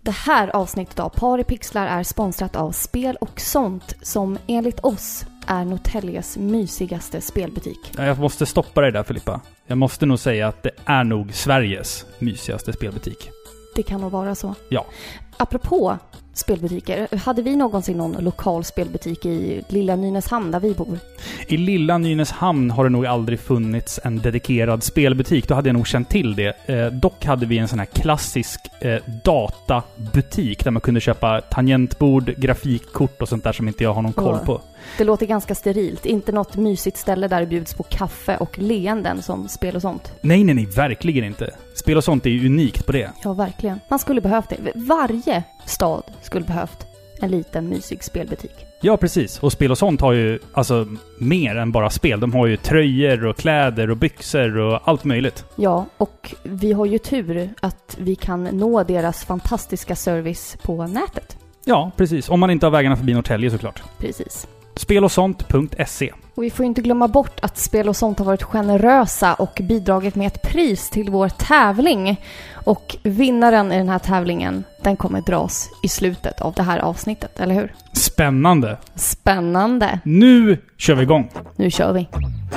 Det här avsnittet av Par i pixlar är sponsrat av Spel och sånt som enligt oss är Norrtäljes mysigaste spelbutik. Jag måste stoppa dig där, Filippa. Jag måste nog säga att det är nog Sveriges mysigaste spelbutik. Det kan nog vara så. Ja. Apropå spelbutiker, hade vi någonsin någon lokal spelbutik i Lilla Nynäshamn där vi bor? I Lilla Nynäshamn har det nog aldrig funnits en dedikerad spelbutik. Då hade jag nog känt till det. Dock hade vi en sån här klassisk databutik där man kunde köpa tangentbord, grafikkort och sånt där som inte jag har någon koll på. Det låter ganska sterilt. Inte något mysigt ställe där det bjuds på kaffe och leenden som Spel och sånt. Nej, verkligen inte. Spel och sånt är ju unikt på det. Ja, verkligen. Man skulle behövt det. Varje stad skulle behövt en liten mysig spelbutik. Ja, precis. Och Spel och sånt har ju alltså mer än bara spel. De har ju tröjor och kläder och byxor och allt möjligt. Ja, och vi har ju tur att vi kan nå deras fantastiska service på nätet. Ja, precis. Om man inte har vägarna förbi Norrtälje såklart. Precis. Spelosont.se. Och vi får inte glömma bort att Spel och sånt har varit generösa och bidragit med ett pris till vår tävling. Och vinnaren i den här tävlingen, den kommer dras i slutet av det här avsnittet, eller hur? Spännande. Spännande. Nu kör vi igång. Nu kör vi.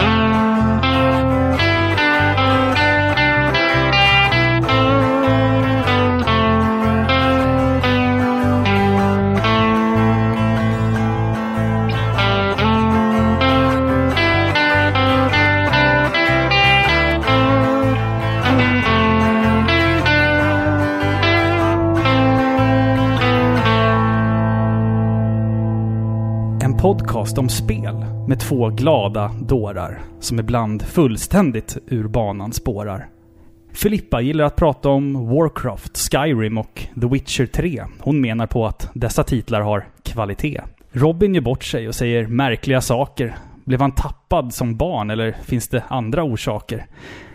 Podcast om spel med två glada dårar som ibland fullständigt ur banan spårar. Filippa gillar att prata om Warcraft, Skyrim och The Witcher 3. Hon menar på att dessa titlar har kvalitet. Robin gör bort sig och säger märkliga saker. Blev han tappad som barn eller finns det andra orsaker?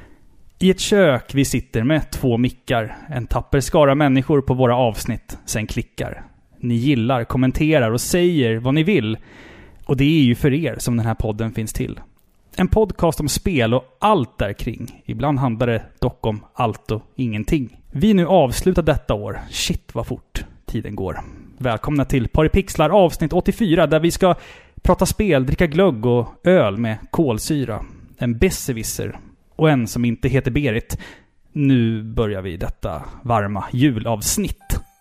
I ett kök vi sitter med två mickar. En tapper skara människor på våra avsnitt sen klickar. Ni gillar, kommenterar och säger vad ni vill. Och det är ju för er som den här podden finns till. En podcast om spel och allt där kring. Ibland handlar det dock om allt och ingenting. Vi nu avslutar detta år. Shit vad fort tiden går. Välkomna till Par i pixlar avsnitt 84 där vi ska prata spel, dricka glögg och öl med kolsyra. En besserwisser och en som inte heter Berit. Nu börjar vi detta varma julavsnitt.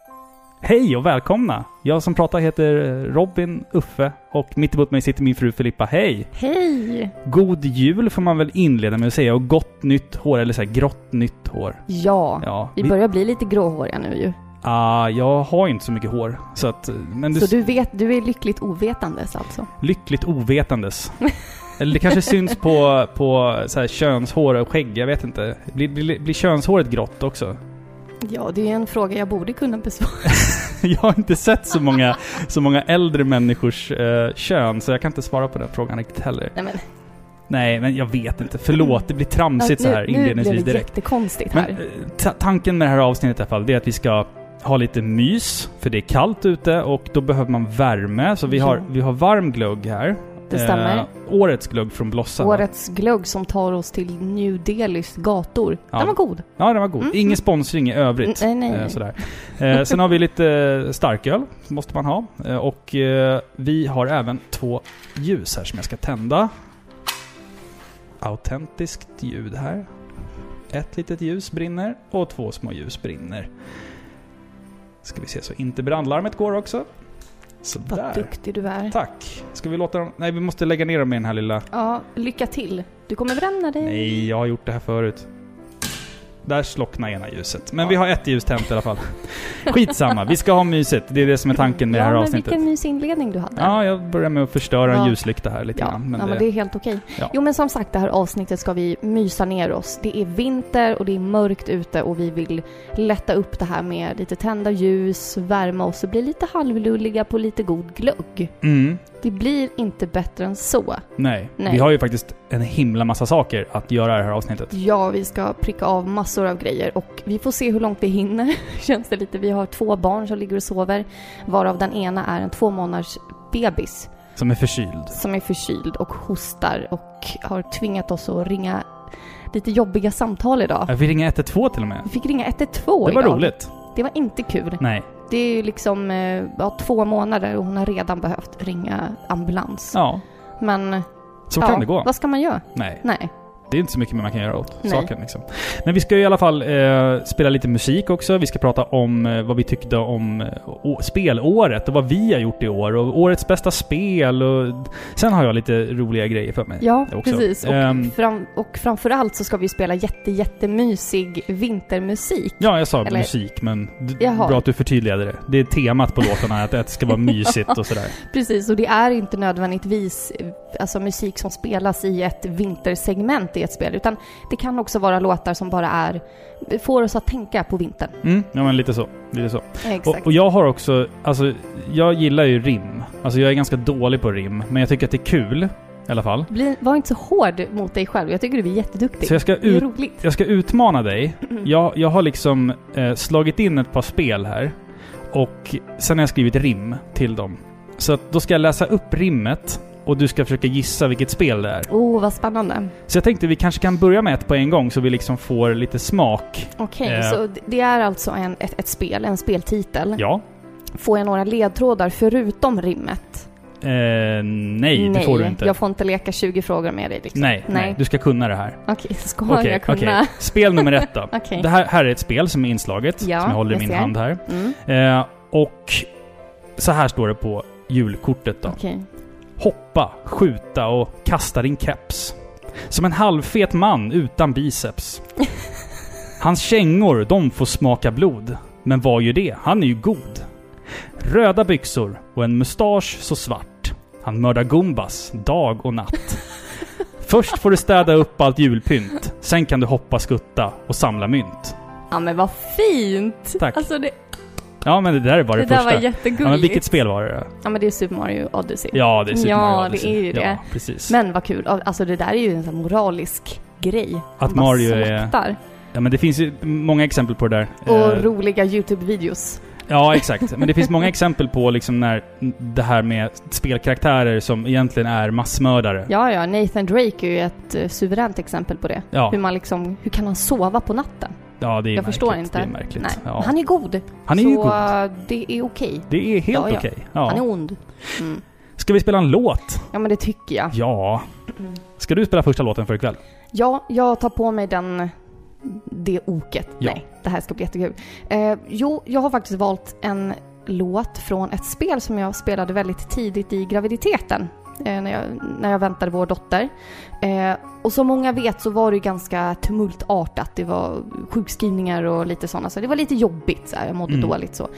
Hej och välkomna! Jag som pratar heter Robin Uffe och mitt emot mig sitter min fru Filippa. Hej! Hej! God jul får man väl inleda med att säga och gott nytt hår eller så här grått nytt hår. Ja, vi börjar bli lite gråhåriga nu ju. Jag har inte så mycket hår. Så du är lyckligt ovetandes alltså? Lyckligt ovetandes. Eller det kanske syns på så här könshår och skägg, jag vet inte. Blir könshåret grått också? Ja, det är en fråga jag borde kunna besvara. Jag har inte sett så många äldre människors kön, så jag kan inte svara på den frågan riktigt heller. Nej, men jag vet inte. Förlåt, det blir tramsigt så här inledningsvis direkt. Nu blir det jättekonstigt här. Men tanken med det här avsnittet i alla fall, det är att vi ska ha lite mys, för det är kallt ute och då behöver man värme. Så vi har varm glögg här. Det stämmer. Årets glögg från Blossa. Årets glögg som tar oss till New Delhis gator. Ja. Den var god. Ja, den var god. Ingen sponsring i övrigt. Nej. Sådär. Sen har vi lite starköl, måste man ha. Och vi har även 2 ljus här som jag ska tända. Autentiskt ljud här. 1 litet ljus brinner och 2 små ljus brinner. Ska vi se så inte brandlarmet går också. Vad duktig du är. Tack. Ska vi låta dem... Nej, vi måste lägga ner dem i den här lilla... Ja, lycka till. Du kommer bränna dig. Nej, jag har gjort det här förut. Där slocknar ena ljuset. Men vi har 1 ljus tänt i alla fall. Skitsamma, vi ska ha myset. Det är det som är tanken med det här avsnittet. Vilken mysinledning du hade. Ja, jag börjar med att förstöra en ljuslykta här lite grann. Men det är helt okej. Ja. Jo, men som sagt, det här avsnittet ska vi mysa ner oss. Det är vinter och det är mörkt ute och vi vill lätta upp det här med lite tända ljus, värma oss och bli lite halvlulliga på lite god glögg. Det blir inte bättre än så. Nej, vi har ju faktiskt en himla massa saker att göra i det här avsnittet. Ja, vi ska pricka av massor av grejer och vi får se hur långt vi hinner. Känns det lite. Vi har 2 barn som ligger och sover, varav den ena är en 2 månaders bebis. Som är förkyld och hostar och har tvingat oss att ringa lite jobbiga samtal idag. Vi ringde 112 till och med. Vi fick ringa 112 Det var roligt. Det var inte kul. Nej. Det är ju liksom 2 månader och hon har redan behövt ringa ambulans. Ja. Men så kan det gå. Vad ska man göra? Nej. Det är inte så mycket mer man kan göra åt saken. Liksom. Men vi ska ju i alla fall spela lite musik också. Vi ska prata om vad vi tyckte om spelåret och vad vi har gjort i år. Och årets bästa spel. Och sen har jag lite roliga grejer för mig. Ja, också. Precis. Och framförallt så ska vi spela jättemysig vintermusik. Ja, jag sa musik, men bra att du förtydligade det. Det är temat på låtarna, att det ska vara mysigt och sådär. Precis, och det är inte nödvändigtvis musik som spelas i ett vintersegment i ett spel, utan det kan också vara låtar som bara får oss att tänka på vintern. Ja, men lite så. Exakt. Och jag har också, jag gillar ju rim. Alltså jag är ganska dålig på rim, men jag tycker att det är kul i alla fall. Var inte så hård mot dig själv. Jag tycker du är jätteduktig. Så jag ska utmana dig. Jag har liksom slagit in ett par spel här och sen har jag skrivit rim till dem. Så att då ska jag läsa upp rimmet och du ska försöka gissa vilket spel det är. Vad spännande. Så jag tänkte vi kanske kan börja med ett på en gång så vi liksom får lite smak. Okej, så det är alltså ett spel, en speltitel. Ja. Får jag några ledtrådar förutom rimmet? Nej, det får du inte. Jag får inte leka 20 frågor med dig. Liksom. Nej, du ska kunna det här. Okej, jag kunna? Okej. Spel nummer 1 då. Det här är ett spel som är inslaget, som jag håller i min hand här. Och så här står det på julkortet då. Hoppa, skjuta och kasta din keps. Som en halvfet man utan biceps. Hans kängor, de får smaka blod. Men vad gör det? Han är ju god. Röda byxor och en mustasch så svart. Han mördar gumbas dag och natt. Först får du städa upp allt julpynt. Sen kan du hoppa, skutta och samla mynt. Ja, men vad fint! Tack. Alltså ja, men det där var det första. Det där var jättegulligt. Ja, men vilket spel var det då? Ja, men det är Super Mario Odyssey. Ja, det är Super Mario Odyssey. Ja, det är ju det. Ja, precis. Men vad kul. Alltså det där är ju en sån moralisk grej. Att Mario är... Ja, men det finns ju många exempel på det där. Och roliga YouTube-videos. Ja, exakt. Men det finns många exempel på liksom när det här med spelkaraktärer som egentligen är massmördare. Ja, Nathan Drake är ju ett suveränt exempel på det. Ja. Hur kan han sova på natten? Ja, det är jag förstår inte. Det är märkligt. Nej. Ja. Han är god. Han är ju god. Så det är okej. Det är helt okej. Ja. Han är ond. Ska vi spela en låt? Ja, men det tycker jag. Ja. Ska du spela första låten för ikväll? Ja, jag tar på mig det oket. Ja. Nej, det här ska bli jättekul. Jag har faktiskt valt en låt från ett spel som jag spelade väldigt tidigt i graviditeten. När jag väntade vår dotter. Och som många vet så var det ganska tumultartat. Det var sjukskrivningar och lite sådana. Så det var lite jobbigt. Så här. Jag mådde dåligt så.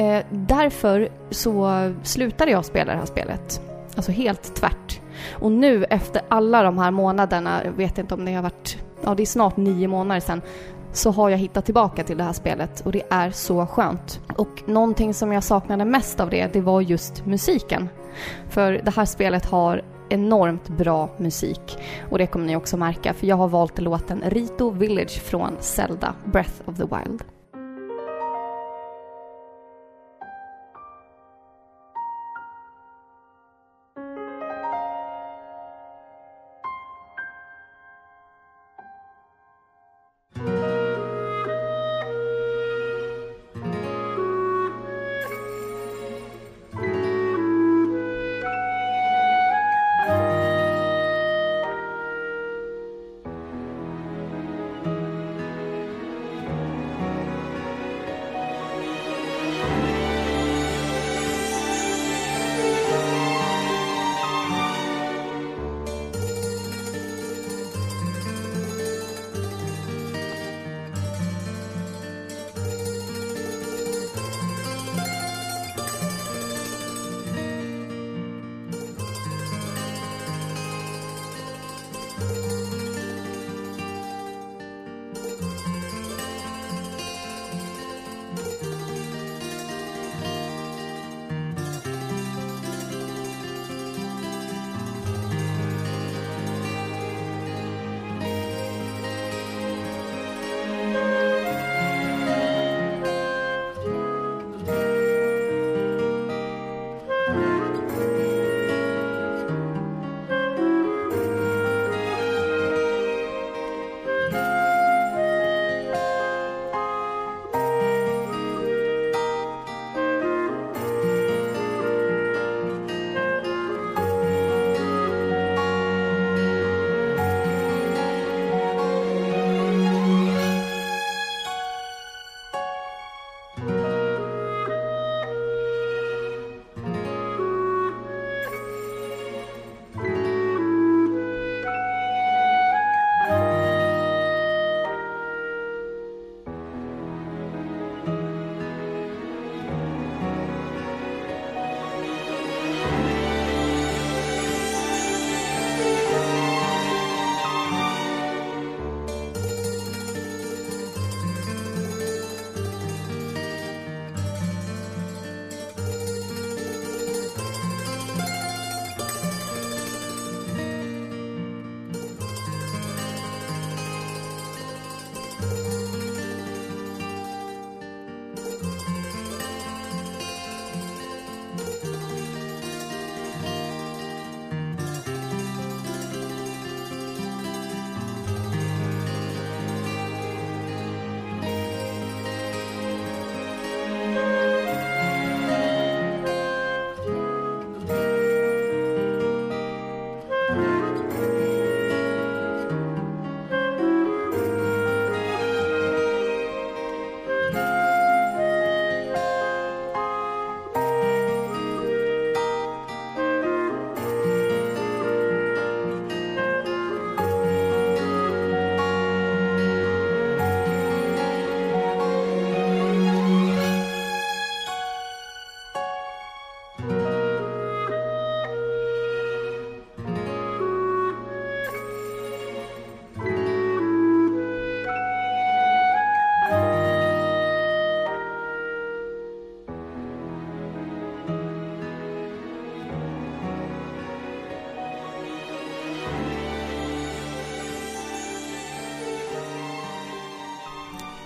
Därför så slutade jag spela det här spelet. Alltså helt tvärt. Och nu efter alla de här månaderna, jag vet inte om det har varit... Ja, det är snart 9 månader sedan. Så har jag hittat tillbaka till det här spelet. Och det är så skönt. Och någonting som jag saknade mest av det var just musiken. För det här spelet har enormt bra musik. Och det kommer ni också märka. För jag har valt låten Rito Village från Zelda Breath of the Wild.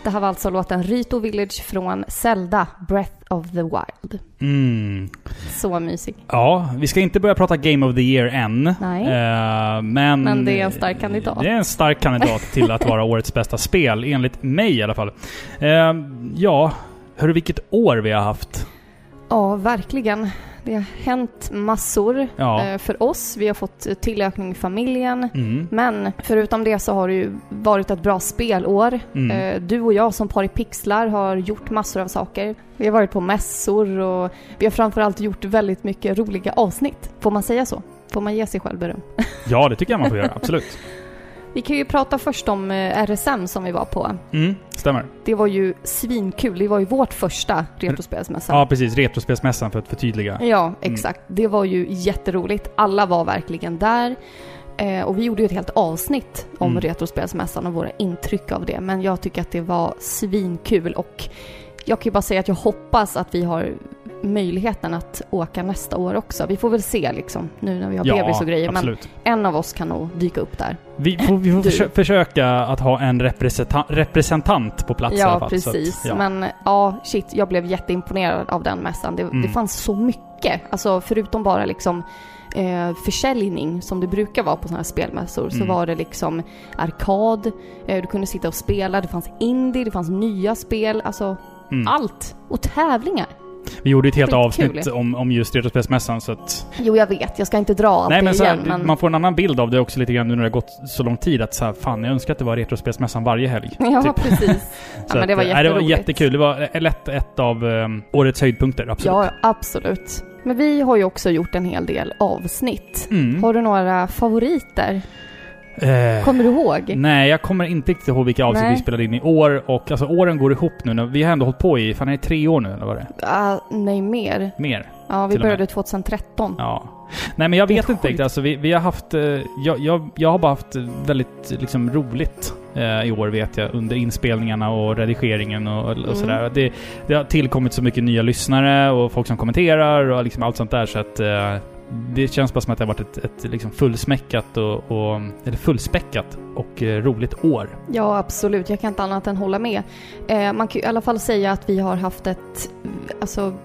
Det här var alltså låten Rito Village från Zelda Breath of the Wild. Så mysig. Ja, vi ska inte börja prata Game of the Year än. Nej. Men det är en stark kandidat. Det är en stark kandidat till att vara årets bästa spel, enligt mig i alla fall. Hörru, vilket år vi har haft. Ja, verkligen. Det har hänt massor för oss. Vi har fått tillökning i familjen. Men förutom det så har det ju varit ett bra spelår. Du och jag som par i pixlar har gjort massor av saker. Vi har varit på mässor och vi har framförallt gjort väldigt mycket roliga avsnitt. Får man säga så? Får man ge sig själv beröm? Ja, det tycker jag man får göra, absolut. Vi kan ju prata först om RSM som vi var på. Stämmer. Det var ju svinkul. Det var ju vårt första retrospelsmässan. Ja, precis. Retrospelsmässan för att förtydliga. Ja, exakt. Det var ju jätteroligt. Alla var verkligen där. Och vi gjorde ju ett helt avsnitt om retrospelsmässan och våra intryck av det. Men jag tycker att det var svinkul. Och jag kan ju bara säga att jag hoppas att vi har möjligheten att åka nästa år också. Vi får väl se liksom, nu när vi har bebis och grejer. Absolut. Men en av oss kan nog dyka upp där. Vi får försöka att ha en representant på plats i alla fall. Precis. Så att, men jag blev jätteimponerad av den mässan. Det fanns så mycket. Alltså förutom bara liksom försäljning som det brukar vara på såna här spelmässor, så var det liksom arkad, du kunde sitta och spela, det fanns indie, det fanns nya spel, alltså allt. Och tävlingar. Vi gjorde ett helt avsnitt om just retrospelsmässan, så att... Jo, jag vet. Jag ska inte dra allt det igen. Men man får en annan bild av det också lite grann nu när det har gått så lång tid att så här, fan, jag önskar att det var retrospelsmässan varje helg. Ja, typ. Precis. Ja, men det var jätteroligt. Det var jättekul. Det var lätt ett av årets höjdpunkter, absolut. Ja, absolut. Men vi har ju också gjort en hel del avsnitt. Har du några favoriter? Kommer du ihåg? Nej, jag kommer inte riktigt ihåg vilka avsnitt vi spelade in i år. Och alltså, åren går ihop nu. Vi har ändå hållit på i, fan, är det 3 år nu eller vad det? Nej, mer. Mer? Ja, vi började 2013. Ja. Nej, men jag vet inte riktigt. Alltså, vi har haft... Jag har bara haft väldigt liksom, roligt i år, vet jag, under inspelningarna och redigeringen och sådär. Det har tillkommit så mycket nya lyssnare och folk som kommenterar och liksom allt sånt där, så att... det känns bara som att det har varit ett liksom fullsmäckat eller fullspäckat och roligt år. Ja, absolut. Jag kan inte annat än hålla med. Man kan ju i alla fall säga att vi har haft alltså,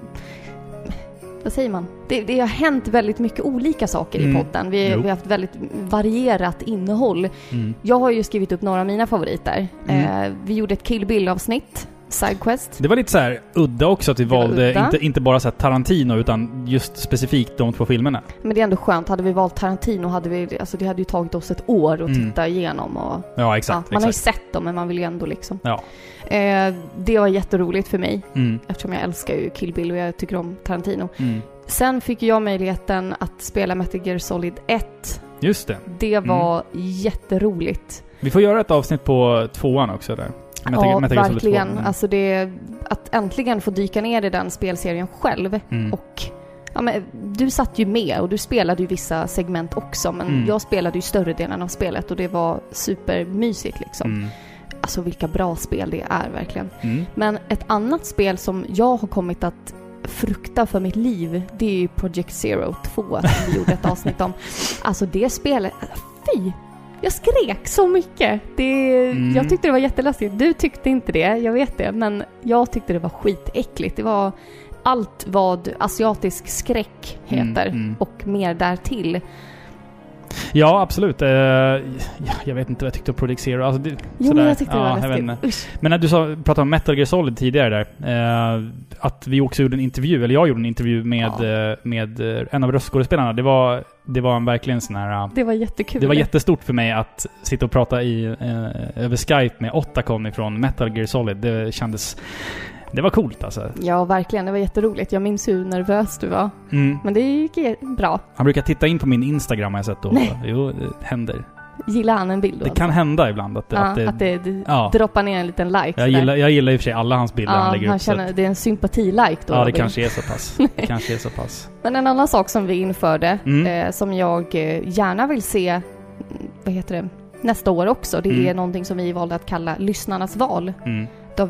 vad säger man? Det har hänt väldigt mycket olika saker i podden. Vi har haft väldigt varierat innehåll. Jag har ju skrivit upp några av mina favoriter. Vi gjorde ett Kill Bill-avsnitt. Sidequest. Det var lite så här udda också att vi valde inte bara så här Tarantino, utan just specifikt de 2 filmerna. Men det är ändå skönt. Hade vi valt Tarantino det hade ju tagit oss ett år att titta igenom och ja, exakt. Man har ju sett dem, men man vill ju ändå liksom. Ja. Det var jätteroligt för mig eftersom jag älskar ju Kill Bill och jag tycker om Tarantino. Sen fick jag möjligheten att spela Metal Gear Solid 1. Just det. Det var jätteroligt. Vi får göra ett avsnitt på 2:an också där. Ja, verkligen. Alltså att äntligen få dyka ner i den spelserien själv. Och men, du satt ju med och du spelade ju vissa segment också, men jag spelade ju större delen av spelet och det var supermysigt liksom. Alltså vilka bra spel det är verkligen. Men ett annat spel som jag har kommit att frukta för mitt liv, det är ju Project Zero 2 som vi gjorde ett avsnitt om. Alltså det spelet, fy! Jag skrek så mycket. Jag tyckte det var jätteläskigt. Du tyckte inte det, jag vet det. Men jag tyckte det var skitäckligt. Det var allt vad asiatisk skräck heter. Och mer därtill. Ja, absolut. Jag vet inte vad jag tyckte om Project Zero. Alltså, men jag tyckte det var läskigt. Men när du pratade om Metal Gear Solid tidigare där, att vi också gjorde en intervju, eller jag gjorde en intervju med en av röstskådespelarna. Det var verkligen sån här... Det var jättekul. Det var jättestort för mig att sitta och prata över Skype med Otacon ifrån Metal Gear Solid. Det var coolt alltså. Ja, verkligen. Det var jätteroligt. Jag minns hur nervös du var. Men det gick bra. Han brukar titta in på min Instagram, har jag sett då. Jo, det händer. Gillar han en bild? Det kan hända ibland att det droppar ner en liten like. Jag gillar i och för sig alla hans bilder han lägger upp. Känner, det är en sympati-like då. Ja, det kanske är så pass. Men en annan sak som vi införde, som jag gärna vill se, nästa år också, det är någonting som vi valde att kalla lyssnarnas val. Då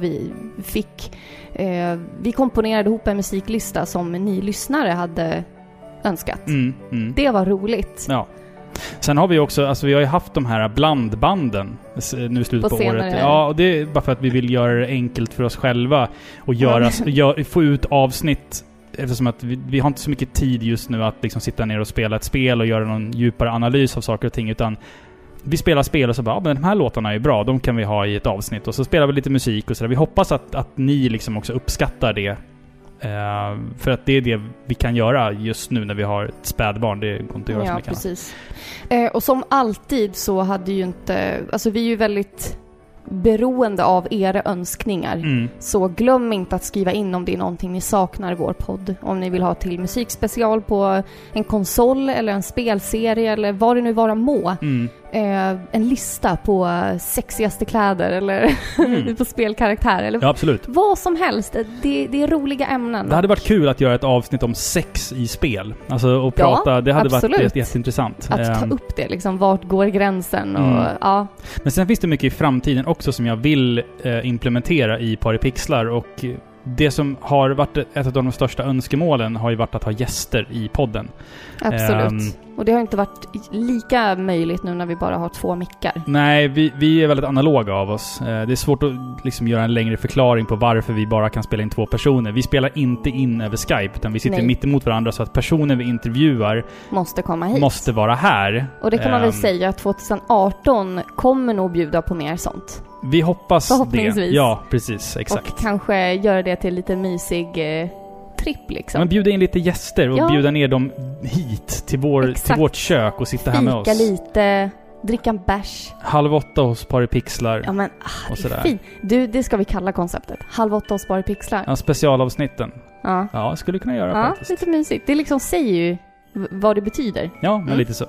vi komponerade ihop en musiklista som ni lyssnare hade önskat. Det var roligt. Ja. Sen har vi också, alltså vi har ju haft de här blandbanden nu i slutet på året. Ja, och det är bara för att vi vill göra det enkelt för oss själva och få ut avsnitt, eftersom att vi har inte så mycket tid just nu att liksom sitta ner och spela ett spel och göra någon djupare analys av saker och ting, utan vi spelar spel och så bara, men de här låtarna är bra, de kan vi ha i ett avsnitt, och så spelar vi lite musik och sådär. Vi hoppas att ni liksom också uppskattar det. För att det är det vi kan göra just nu när vi har ett spädbarn. Det går inte att göra så mycket. Precis. Och som alltid så hade ju inte... Alltså vi är ju väldigt beroende av era önskningar. Så glöm inte att skriva in om det är någonting ni saknar i vår podd. Om ni vill ha till musikspecial på en konsol eller en spelserie eller vad det nu vara må. En lista på sexigaste kläder eller på spelkaraktär eller absolut. Vad som helst. Det är roliga ämnen. Det hade varit kul att göra ett avsnitt om sex i spel. Alltså och prata, det hade varit jätteintressant. Att ta upp det liksom, vart går gränsen och ja. Men sen finns det mycket i framtiden också som jag vill implementera i Paripixlar, och det som har varit ett av de största önskemålen har ju varit att ha gäster i podden. Absolut. Och det har inte varit lika möjligt nu när vi bara har 2 mickar. Nej, vi är väldigt analoga av oss. Det är svårt att liksom göra en längre förklaring på varför vi bara kan spela in 2 personer. Vi spelar inte in över Skype, utan vi sitter mitt emot varandra, så att personen vi intervjuar måste komma hit. Måste vara här. Och det kan man väl säga att 2018 kommer nog bjuda på mer sånt. Vi hoppas det. Ja, precis. Exakt. Och kanske göra det till lite mysig tripp liksom. Men bjuda in lite gäster och bjuda ner dem hit till vårt kök och sitta här med oss. Fika lite, dricka en bärs. 7:30 hos Paripixlar. Ja men, det är fint. Det ska vi kalla konceptet. 7:30 hos Paripixlar. Ja, specialavsnitten. Ja. Ja, skulle kunna göra faktiskt. Ja, lite mysigt. Det liksom säger ju vad det betyder. Ja, men lite så.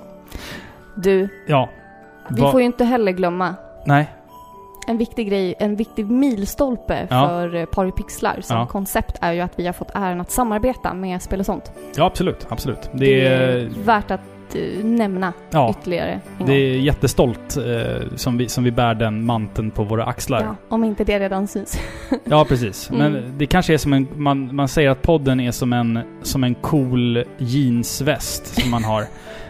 Du. Ja. Vi får ju inte heller glömma. Nej. En viktig grej, en viktig milstolpe för Paripixlar som koncept är ju att vi har fått äran att samarbeta med Spel och sånt. Ja, absolut. Det är värt att nämna ytterligare en gång. Det är jättestolt som vi bär den manteln på våra axlar. Ja, om inte det redan syns. Ja, precis. Men det kanske är som man säger att podden är som en cool jeansväst som man har.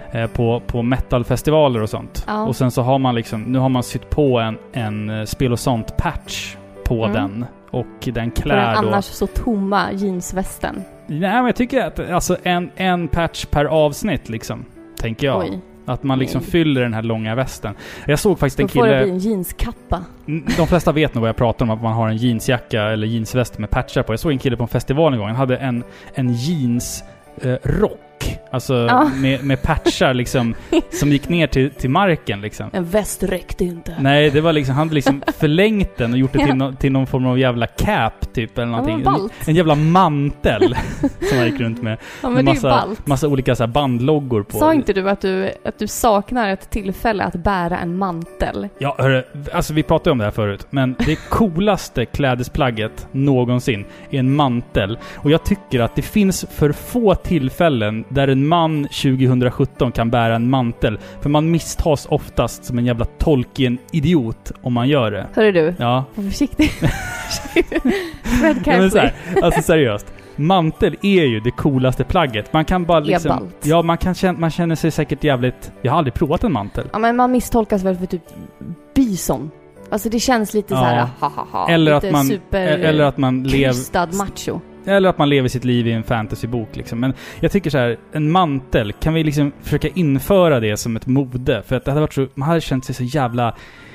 På metalfestivaler och sånt. Ja. Och sen så har man liksom, nu har man sytt på en Spel och sånt patch på den, och den klär den annars så tomma jeansvästen. Nej, men jag tycker att alltså en patch per avsnitt liksom, tänker jag. Oj. Att man liksom fyller den här långa västen. Jag såg faktiskt en kille... Då får det bli en jeanskappa. De flesta vet nog vad jag pratar om, att man har en jeansjacka eller jeansväst med patchar på. Jag såg en kille på en festival en gång. Han hade en jeans rock. Alltså med patchar liksom som gick ner till marken liksom. En väst räckte inte. Nej, det var liksom, han hade liksom förlängt den och gjort det till någon form av jävla cap typ eller någonting. En jävla mantel som han gick runt med. Ja, men massa olika så här bandloggor på. Sa inte du att du saknar ett tillfälle att bära en mantel? Ja, hörru, alltså vi pratade om det här förut, men det coolaste klädesplagget någonsin är en mantel. Och jag tycker att det finns för få tillfällen där en man 2017 kan bära en mantel. För man misstas oftast som en jävla Tolkien-idiot om man gör det. Hörru du, var försiktig. Men så här, alltså seriöst. Mantel är ju det coolaste plagget. Man kan bara liksom... Ja, man känner sig säkert jävligt... Jag har aldrig provat en mantel. Ja, men man misstolkas väl för typ bison. Alltså det känns lite så här eller att man lever macho. Eller att man lever sitt liv i en fantasybok liksom. Men jag tycker så här, en mantel, kan vi liksom försöka införa det som ett mode? För att det hade varit så, man hade känt sig så jävla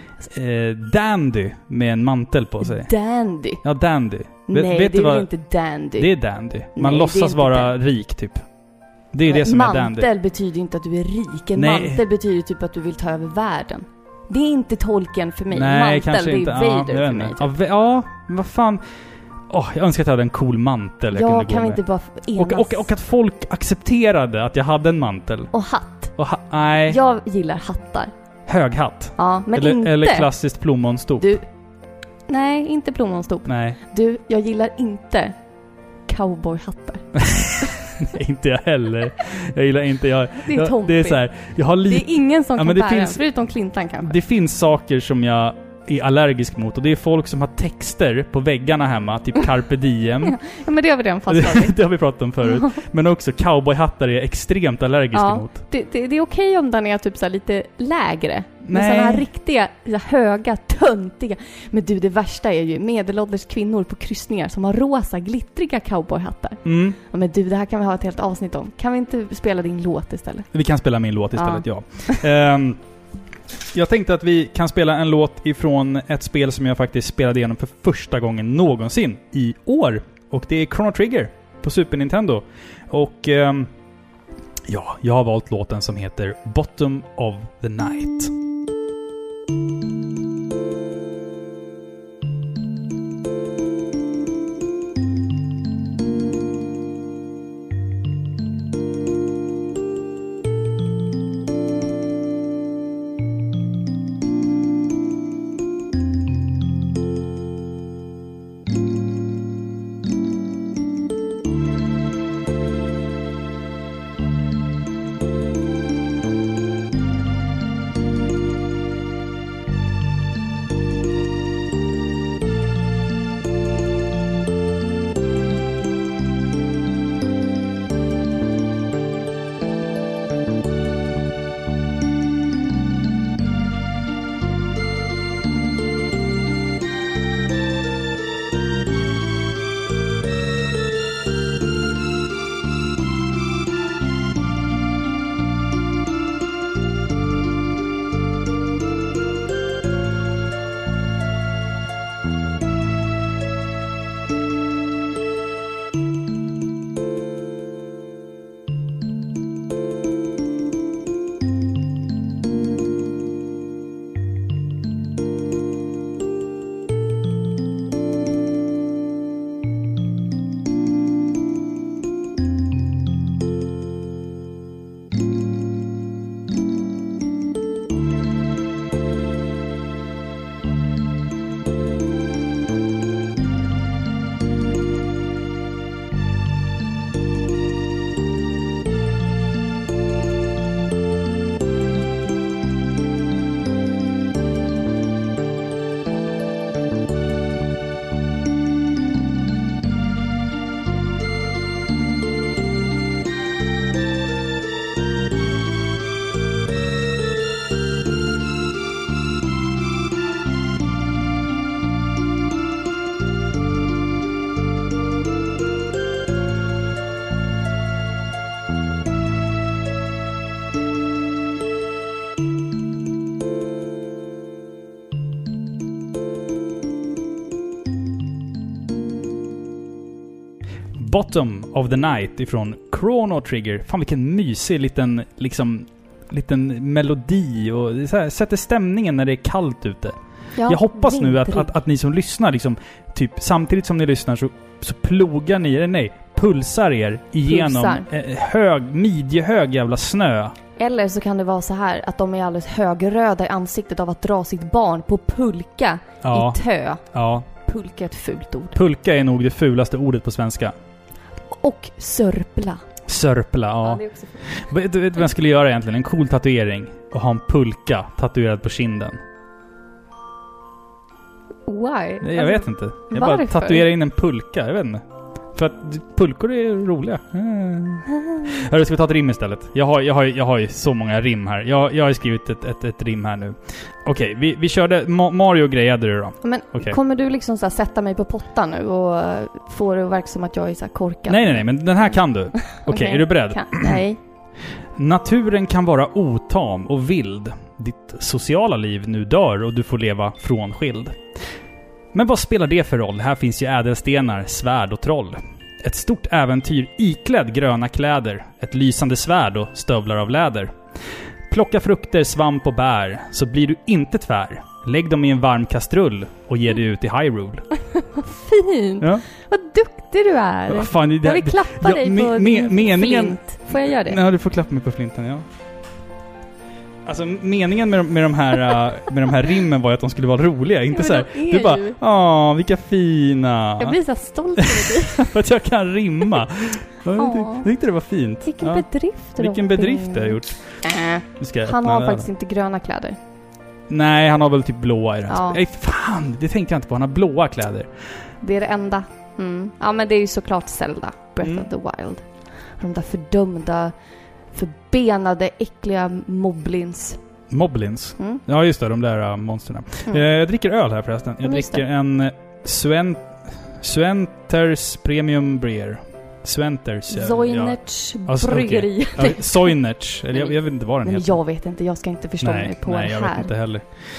dandy med en mantel på sig. Dandy? Ja, dandy. Nej, vet det är väl inte dandy. Det är dandy. Man låtsas vara rik typ. Det är det som är dandy. Mantel betyder inte att du är rik. En mantel betyder typ att du vill ta över världen. Det är inte Tolkien för mig. Nej, mantel, kanske det är inte. Vader för mig. Typ. Ja, men vad fan. Jag önskar att jag hade en cool mantel jag kunde gå med. Inte bara enas. Och att folk accepterade att jag hade en mantel. Och hatt. Nej. Jag gillar hattar. Hög hatt. Ja, men eller klassiskt plommonstop. Nej, inte plommonstop. Nej. Jag gillar inte cowboyhattar. Nej, inte jag heller. Jag gillar inte... det är tompigt. Det är så här, det är ingen som kan bära, förutom Clintan kanske. Det finns saker som jag är allergisk mot. Och det är folk som har texter på väggarna hemma, typ Carpe Diem. Ja, men det har vi redan fastslagit. Det har vi pratat om förut. Men också cowboyhattar är extremt allergiska mot. Det är okej om den är typ så här lite lägre. Men Nej. sådana här riktiga, så här höga, töntiga. Men du, det värsta är ju medelålders kvinnor på kryssningar som har rosa, glittriga cowboyhattar. Ja, men du, det här kan vi ha ett helt avsnitt om. Kan vi inte spela din låt istället? Vi kan spela min låt istället, ja. Jag tänkte att vi kan spela en låt ifrån ett spel som jag faktiskt spelade igenom för första gången någonsin i år. Och det är Chrono Trigger på Super Nintendo. Och ja, jag har valt låten som heter Bottom of the Night. Bottom of the Night ifrån Chrono Trigger. Fan vilken mysig liten melodi och så här, sätter stämningen när det är kallt ute. Ja, jag hoppas nu att ni som lyssnar liksom, typ samtidigt som ni lyssnar så plogar ni, pulsar er igenom midjehög jävla snö. Eller så kan det vara så här att de är alldeles högröda i ansiktet av att dra sitt barn på pulka i tö. Ja. Pulka är ett fult ord. Pulka är nog det fulaste ordet på svenska. Och sörpla. Sörpla, ja. Det är också vet du vad jag skulle göra egentligen? En cool tatuering och ha en pulka tatuerad på kinden. Why? Jag vet inte. Jag bara tatuerar in en pulka, jag vet inte. För att pulkor är roliga. Hörru, ska vi ta ett rim istället? Jag har ju så många rim här. Jag har skrivit ett rim här nu. Okej, vi körde Mario grejade du då. Men kommer du liksom så här sätta mig på pottan nu och få det att verka som att jag är så här korkad? Nej, men den här kan du. Okej, är du beredd? Nej. Naturen kan vara otam och vild. Ditt sociala liv nu dör och du får leva frånskild. Men vad spelar det för roll? Här finns ju ädelstenar, svärd och troll. Ett stort äventyr iklädd gröna kläder. Ett lysande svärd och stövlar av läder. Plocka frukter, svamp och bär, så blir du inte tvär. Lägg dem i en varm kastrull och ge dig ut i Hyrule. Fint! Ja. Vad duktig du är! Fan, jag vill klappa dig på din flint. Får jag göra det? Nej, du får klappa mig på flinten, ja. Alltså meningen med de här rimmen var att de skulle vara roliga, inte så här. Du bara, vilka fina. Jag blir så stolt över dig. För att jag kan rimma. Jag tyckte det var fint. Vilken bedrift jag har gjort. Han har faktiskt inte gröna kläder. Nej, han har väl typ blåa i den. Ja. Nej, fan, det tänkte jag inte på. Han har blåa kläder. Det är det enda. Ja, men det är ju såklart Zelda, Breath of the Wild. De där fördömda, förbenade, äckliga moblins. Moblins? Ja, just det, de där monsterna. Jag dricker öl här förresten. Jag dricker en Swenters Premium Breer. Swenters. Zoinerts bryggeri. Okay. Zoinerts. Eller jag vet inte vad den heter. Jag vet inte, jag ska inte förstå mig på det här. Nej, jag vet inte heller.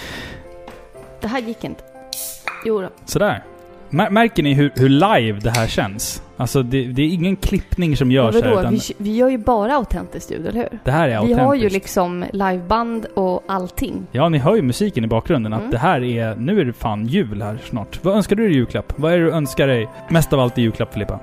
Det här gick inte. Jo då. Sådär. Märker ni hur live det här känns? Alltså det är ingen klippning som görs här. Utan vi gör ju bara autentiskt ljud, eller hur? Det här är autentiskt. Vi har ju liksom liveband och allting. Ja, ni hör ju musiken i bakgrunden. Att det här är... Nu är det fan jul här snart. Vad önskar du i julklapp? Vad är det du önskar dig mest av allt i julklapp, Filippa?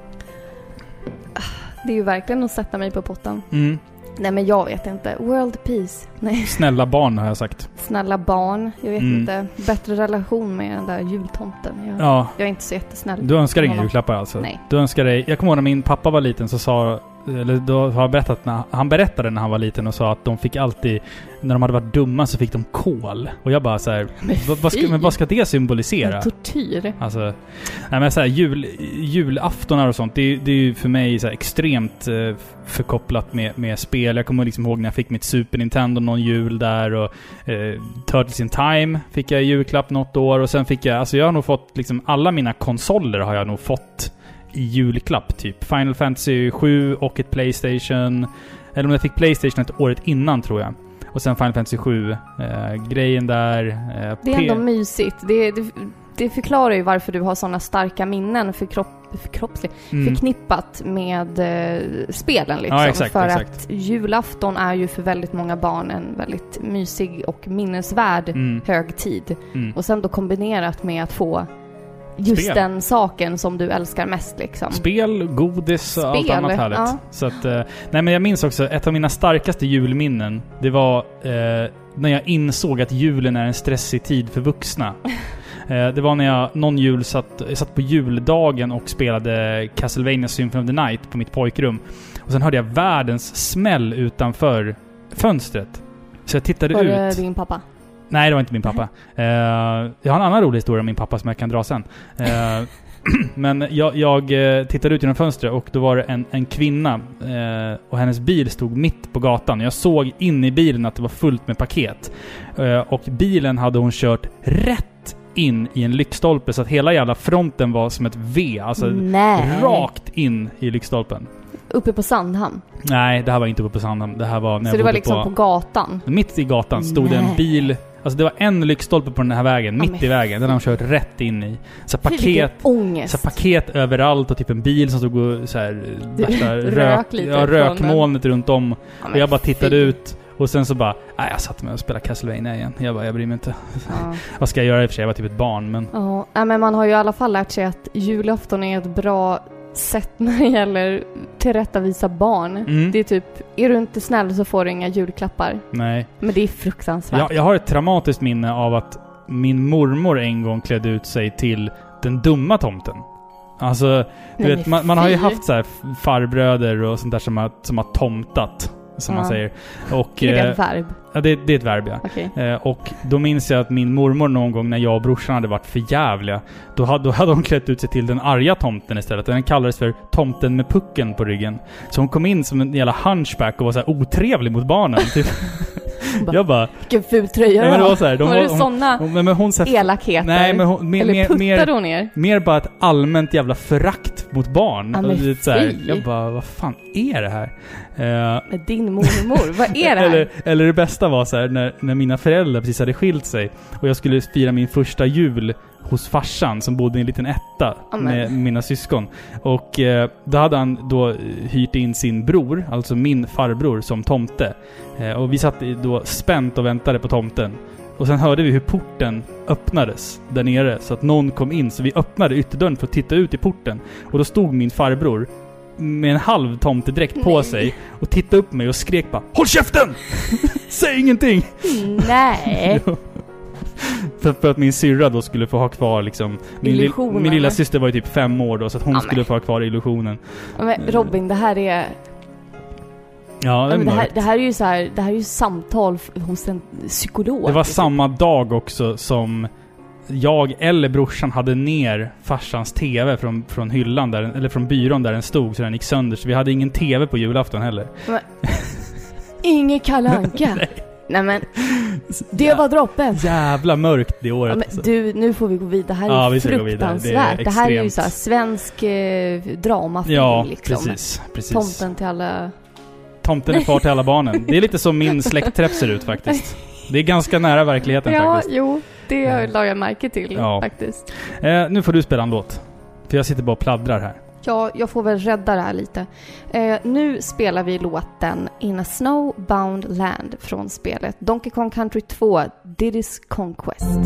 Det är ju verkligen att sätta mig på potten. Nej, men jag vet inte. World peace. Nej. Snälla barn har jag sagt. Snälla barn. Jag vet inte. Bättre relation med den där jultomten. Jag är inte så jättesnäll. Du önskar inga julklappar alltså? Nej. Du önskar dig... Jag kommer ihåg när min pappa var liten så sa... Eller då har jag berättat han berättade när han var liten och sa att de fick alltid... När de hade varit dumma så fick de kol. Och jag bara så här... vad ska det symbolisera? Tortyr. Alltså... Nej, men så här, julaftonar och sånt. Det är ju för mig så här extremt förkopplat med spel. Jag kommer liksom ihåg när jag fick mitt Super Nintendo någon jul där. Och Turtles in Time fick jag i julklapp något år. Och sen fick jag... Alltså jag har nog fått liksom... Alla mina konsoler har jag nog fått i julklapp typ. Final Fantasy 7 och ett PlayStation. Eller om jag fick PlayStation ett året innan tror jag. Och sen Final Fantasy 7 grejen där. Det är ändå mysigt. Det förklarar ju varför du har sådana starka minnen förknippat med spelen liksom. Ja, exakt, för exakt. Att julafton är ju för väldigt många barn en väldigt mysig och minnesvärd högtid. Och sen då kombinerat med att få just den saken som du älskar mest liksom. Spel, godis och allt annat härligt. Ja. Så att, nej, men jag minns också ett av mina starkaste julminnen. Det var när jag insåg att julen är en stressig tid för vuxna. Det var när jag någon jul satt på juldagen och spelade Castlevania Symphony of the Night på mitt pojkrum. Och sen hörde jag världens smäll utanför fönstret. Så jag tittade ut. Var det din pappa? Nej, det var inte min pappa. Jag har en annan rolig historia om min pappa som jag kan dra sen. Men jag tittade ut genom fönstret och då var det en kvinna och hennes bil stod mitt på gatan. Jag såg in i bilen att det var fullt med paket. Och bilen hade hon kört rätt in i en lyktstolpe så att hela jävla fronten var som ett V. Alltså rakt in i lyktstolpen. Uppe på Sandhamn? Nej, det här var inte uppe på Sandhamn. Det här var när så det var liksom på gatan? Mitt i gatan stod det en bil. Alltså det var en lyktstolpe på den här vägen, mitt i vägen. Den har de kört rätt in i. Så paket överallt och typ en bil som stod och så här rökmolnet runt om. Och jag bara tittade ut. Och sen så bara, jag satt med och spelade Castlevania igen. Jag bryr mig inte. Vad ska jag göra i och för sig? Jag var typ ett barn, men... Ja, men man har ju i alla fall lärt sig att julafton är ett bra sätt när det gäller tillrättavisa barn. Det är typ, är du inte snäll så får du inga julklappar. Nej. Men det är fruktansvärt. Jag har ett traumatiskt minne av att min mormor en gång klädde ut sig till den dumma tomten. Alltså, du vet, man har ju haft så här farbröder och sånt där som har tomtat. Som man säger. Och, är det ett verb? Ja, det är ett verb, ja. Okay. Och då minns jag att min mormor någon gång när jag och brorsan hade varit för jävliga, då hade hon klätt ut sig till den arga tomten istället. Den kallades för tomten med pucken på ryggen. Så hon kom in som en jävla hunchback och var så här otrevlig mot barnen. Typ. Jag bara... Vilken ful tröja det var så här, var det såna elakheter? Nej, men hon... Eller puttade hon ner? Mer bara ett allmänt jävla förakt mot barn. Ja, men så här, jag bara, vad fan är det här? Med din mormor, vad är det här? eller det bästa var så här, när mina föräldrar precis hade skilt sig och jag skulle fira min första jul hos farsan som bodde i en liten etta med mina syskon. Och då hade han då hyrt in sin bror, alltså min farbror, som tomte. Och vi satt då spänt och väntade på tomten. Och sen hörde vi hur porten öppnades där nere så att någon kom in. Så vi öppnade ytterdörren för att titta ut i porten. Och då stod min farbror med en halv tomtedräkt på sig och tittade upp mig och skrek bara: "Håll käften! Säg ingenting!" Nej. För att min syrra då skulle få ha kvar liksom min lilla syster var ju typ 5 år då, så att hon skulle få ha kvar illusionen. Men Robin, det här är... Ja, det här är ju så här, det här är ju samtal hos en psykolog. Det var samma dag också som jag eller brorsan hade ner farsans TV från hyllan där, eller från byrån där den stod, så den gick sönder. Så vi hade ingen TV på julafton heller. Men, ingen Kalle Anka. Nej men, det var droppen. Jävla mörkt det året. Ja, men, du, nu får vi gå vidare. Det här är fruktansvärt. Det här är ju så här svensk dramafilm. Ja, liksom. precis. Tomten till alla... Tomten är far till alla barnen. Det är lite som min släktträff ser ut faktiskt. Det är ganska nära verkligheten faktiskt. Ja, jo. Det la jag märke till faktiskt. Nu får du spela en låt. För jag sitter bara och pladdrar här. Ja, jag får väl rädda det här lite. Nu spelar vi låten In a Snowbound Land från spelet Donkey Kong Country 2 Diddy's Conquest.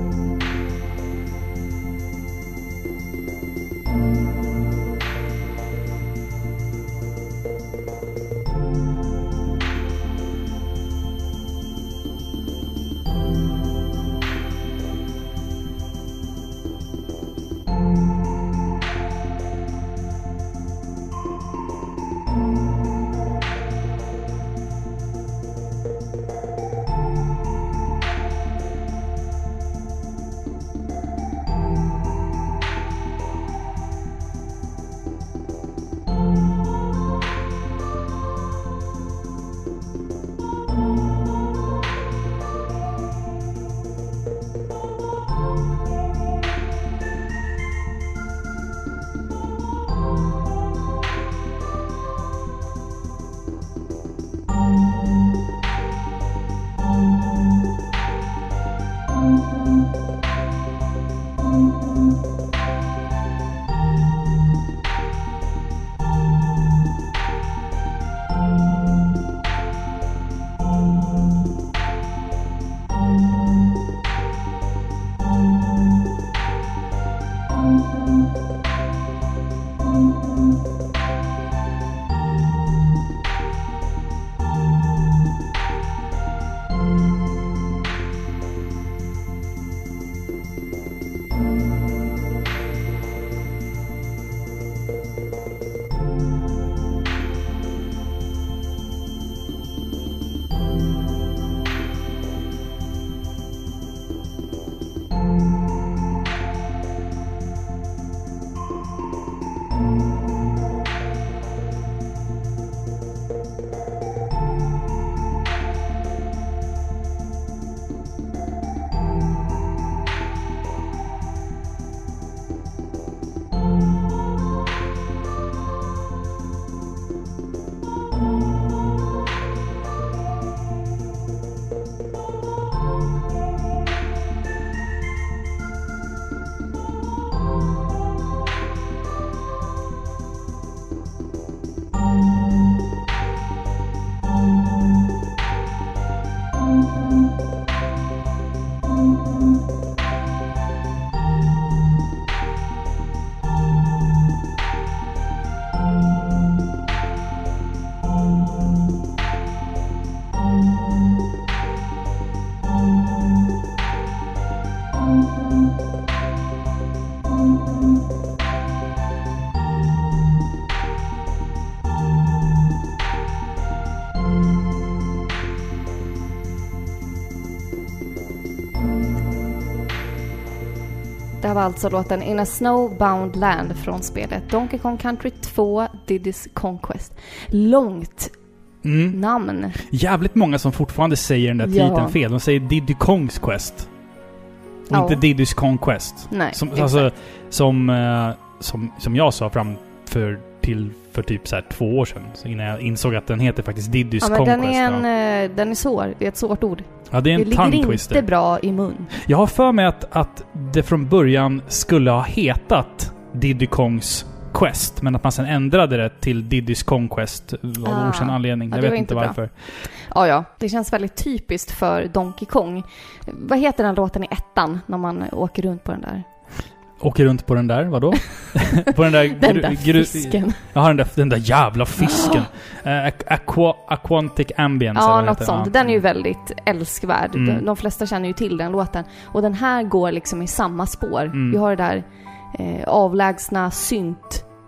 Det var alltså låten In a Snowbound Land från spelet Donkey Kong Country 2 Diddy's Conquest. Långt namn. Jävligt många som fortfarande säger den där titeln fel. De säger Diddy Kongs Quest. Och inte Diddy's Conquest. Nej, som jag sa fram för typ så här 2 år sedan. Så innan jag insåg att den heter faktiskt Diddy's Conquest. Den är svår. Det är ett svårt ord. Ja, det är en tongue ligger twister. Inte bra i mun. Jag har för mig att det från början skulle ha hetat Diddy Kongs Quest, men att man sen ändrade det till Diddy's Conquest av okänd anledning. Jag vet inte varför. Ja, det känns väldigt typiskt för Donkey Kong. Vad heter den låten i ettan när man åker runt på den där? Åker runt på den där, vadå? På den där fisken. Jaha, den där jävla fisken. Aquantic Ambience. Ja, något sånt. Ja. Den är ju väldigt älskvärd. De flesta känner ju till den låten. Och den här går liksom i samma spår. Vi har det där avlägsna synt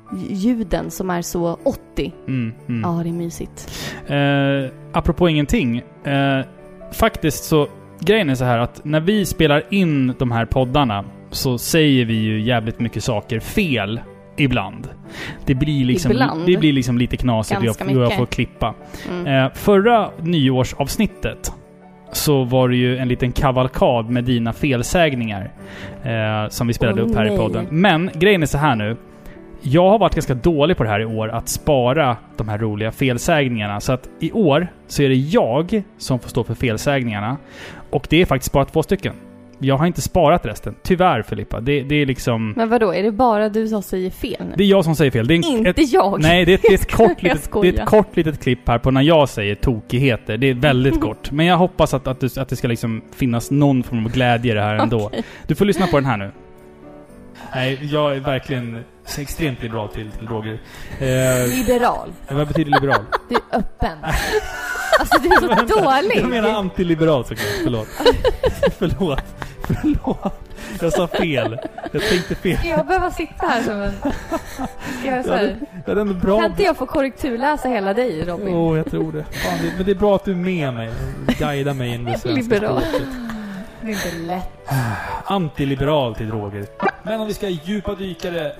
ljuden som är så 80. Ja, det är mysigt. Apropå ingenting. Faktiskt så, grejen är så här att när vi spelar in de här poddarna så säger vi ju jävligt mycket saker fel ibland. Det blir liksom lite knasigt och jag får klippa. Förra nyårsavsnittet så var det ju en liten kavalkad med dina felsägningar som vi spelade upp här i podden. Men grejen är så här nu. Jag har varit ganska dålig på det här i år att spara de här roliga felsägningarna. Så att i år så är det jag som får stå för felsägningarna. Och det är faktiskt bara 2 stycken. Jag har inte sparat resten. Tyvärr, Filippa. Det är liksom... Men vadå? Är det bara du som säger fel nu? Det är jag som säger fel. Det är inte jag. Nej, det är ett kort litet klipp här på när jag säger tokigheter. Det är väldigt kort. Men jag hoppas att det ska liksom finnas någon form av glädje i det här ändå. Okay. Du får lyssna på den här nu. Nej, jag är verkligen extremt liberal till droger. Liberal? Vad betyder liberal? Du är öppen. Alltså du är så dålig. Jag menar antiliberal såklart. Förlåt. Jag sa fel. Jag tänkte fel. Ska jag behöva sitta här som en... Ska jag så här... Ja, det är bra. Kan inte jag få korrekturläsa hela dig, Robin? Jag tror det. Fan, men det är bra att du är med mig. Guida mig in i det svenska språket. Det är inte lätt. Antiliberal till droger. Men om vi ska djupa dykare...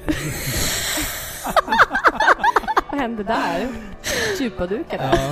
Vad hände där? Djupa dykare? Ja.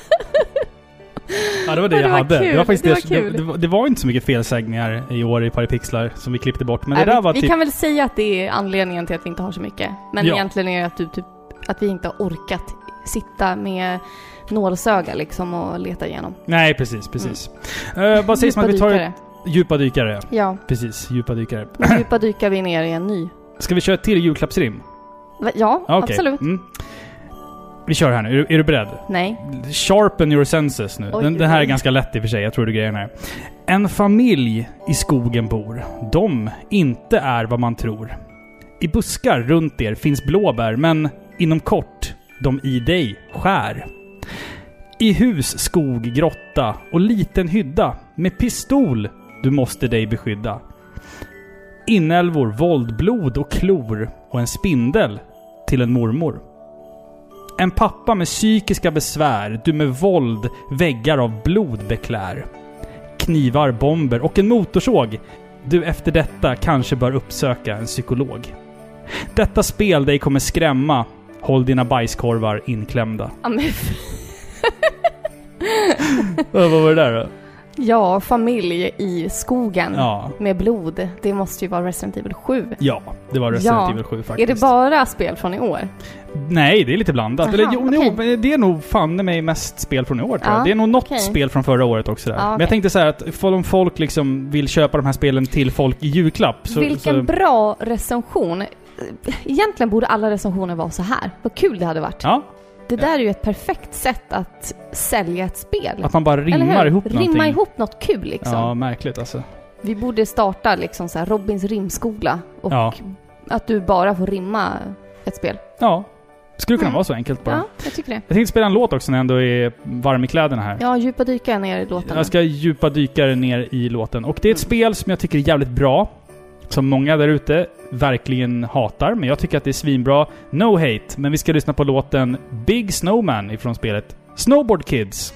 Ja, det var det jag hade. Kul. Det var faktiskt kul. Det var inte så mycket felsägningar i år i Paripixlar som vi klippte bort. Men Nej, det där var vi kan väl säga att det är anledningen till att vi inte har så mycket. Men egentligen är det att vi inte har orkat sitta med nålsöga liksom och leta igenom. Nej, precis. Vad sägs om att vi tar ett djupa dykare? Ja. Precis, djupa dykare. Djupa dykar vi ner i en ny. Ska vi köra ett till julklappsrim? Ja, okay. Absolut. Vi kör här nu. Är du beredd? Nej. Sharpen your senses nu. Den här är ganska lätt i och för sig. Jag tror du grejen här. En familj i skogen bor. De inte är vad man tror. I buskar runt er finns blåbär, men inom kort de i dig skär. I hus, skog, grotta och liten hydda. Med pistol du måste dig beskydda. Inälvor, våld, blod och klor. Och en spindel till en mormor. En pappa med psykiska besvär, du med våld, väggar av blod beklär. Knivar, bomber och en motorsåg. Du efter detta kanske bör uppsöka en psykolog. Detta spel dig kommer skrämma. Håll dina bajskorvar inklämda. Vad var det där då? Ja, familj i skogen med blod. Det måste ju vara Resident Evil 7. Ja, det var Resident Evil 7 faktiskt. Är det bara spel från i år? Nej, det är lite blandat. Aha, Eller, det är nog fan mig mest spel från i år, tror jag. Det är nog något spel från förra året också. Där. Men jag tänkte så här att om folk liksom vill köpa de här spelen till folk i julklapp. Vilken bra recension. Egentligen borde alla recensioner vara så här. Vad kul det hade varit. Ja. Det där är ju ett perfekt sätt att sälja ett spel. Att man bara rimmar ihop någonting. Rimma ihop något kul liksom. Ja, märkligt alltså. Vi borde starta liksom så här Robins rimskola. Och att du bara får rimma ett spel. Ja, skulle kunna vara så enkelt bara. Ja, jag tycker det. Jag tänkte spela en låt också när jag ändå är varm i kläderna här. Ja, djupa dyka ner i låten. Jag ska djupa dyka ner i låten. Och det är ett spel som jag tycker är jävligt bra. Som många där ute verkligen hatar. Men jag tycker att det är svinbra. No hate. Men vi ska lyssna på låten Big Snowman ifrån spelet Snowboard Kids.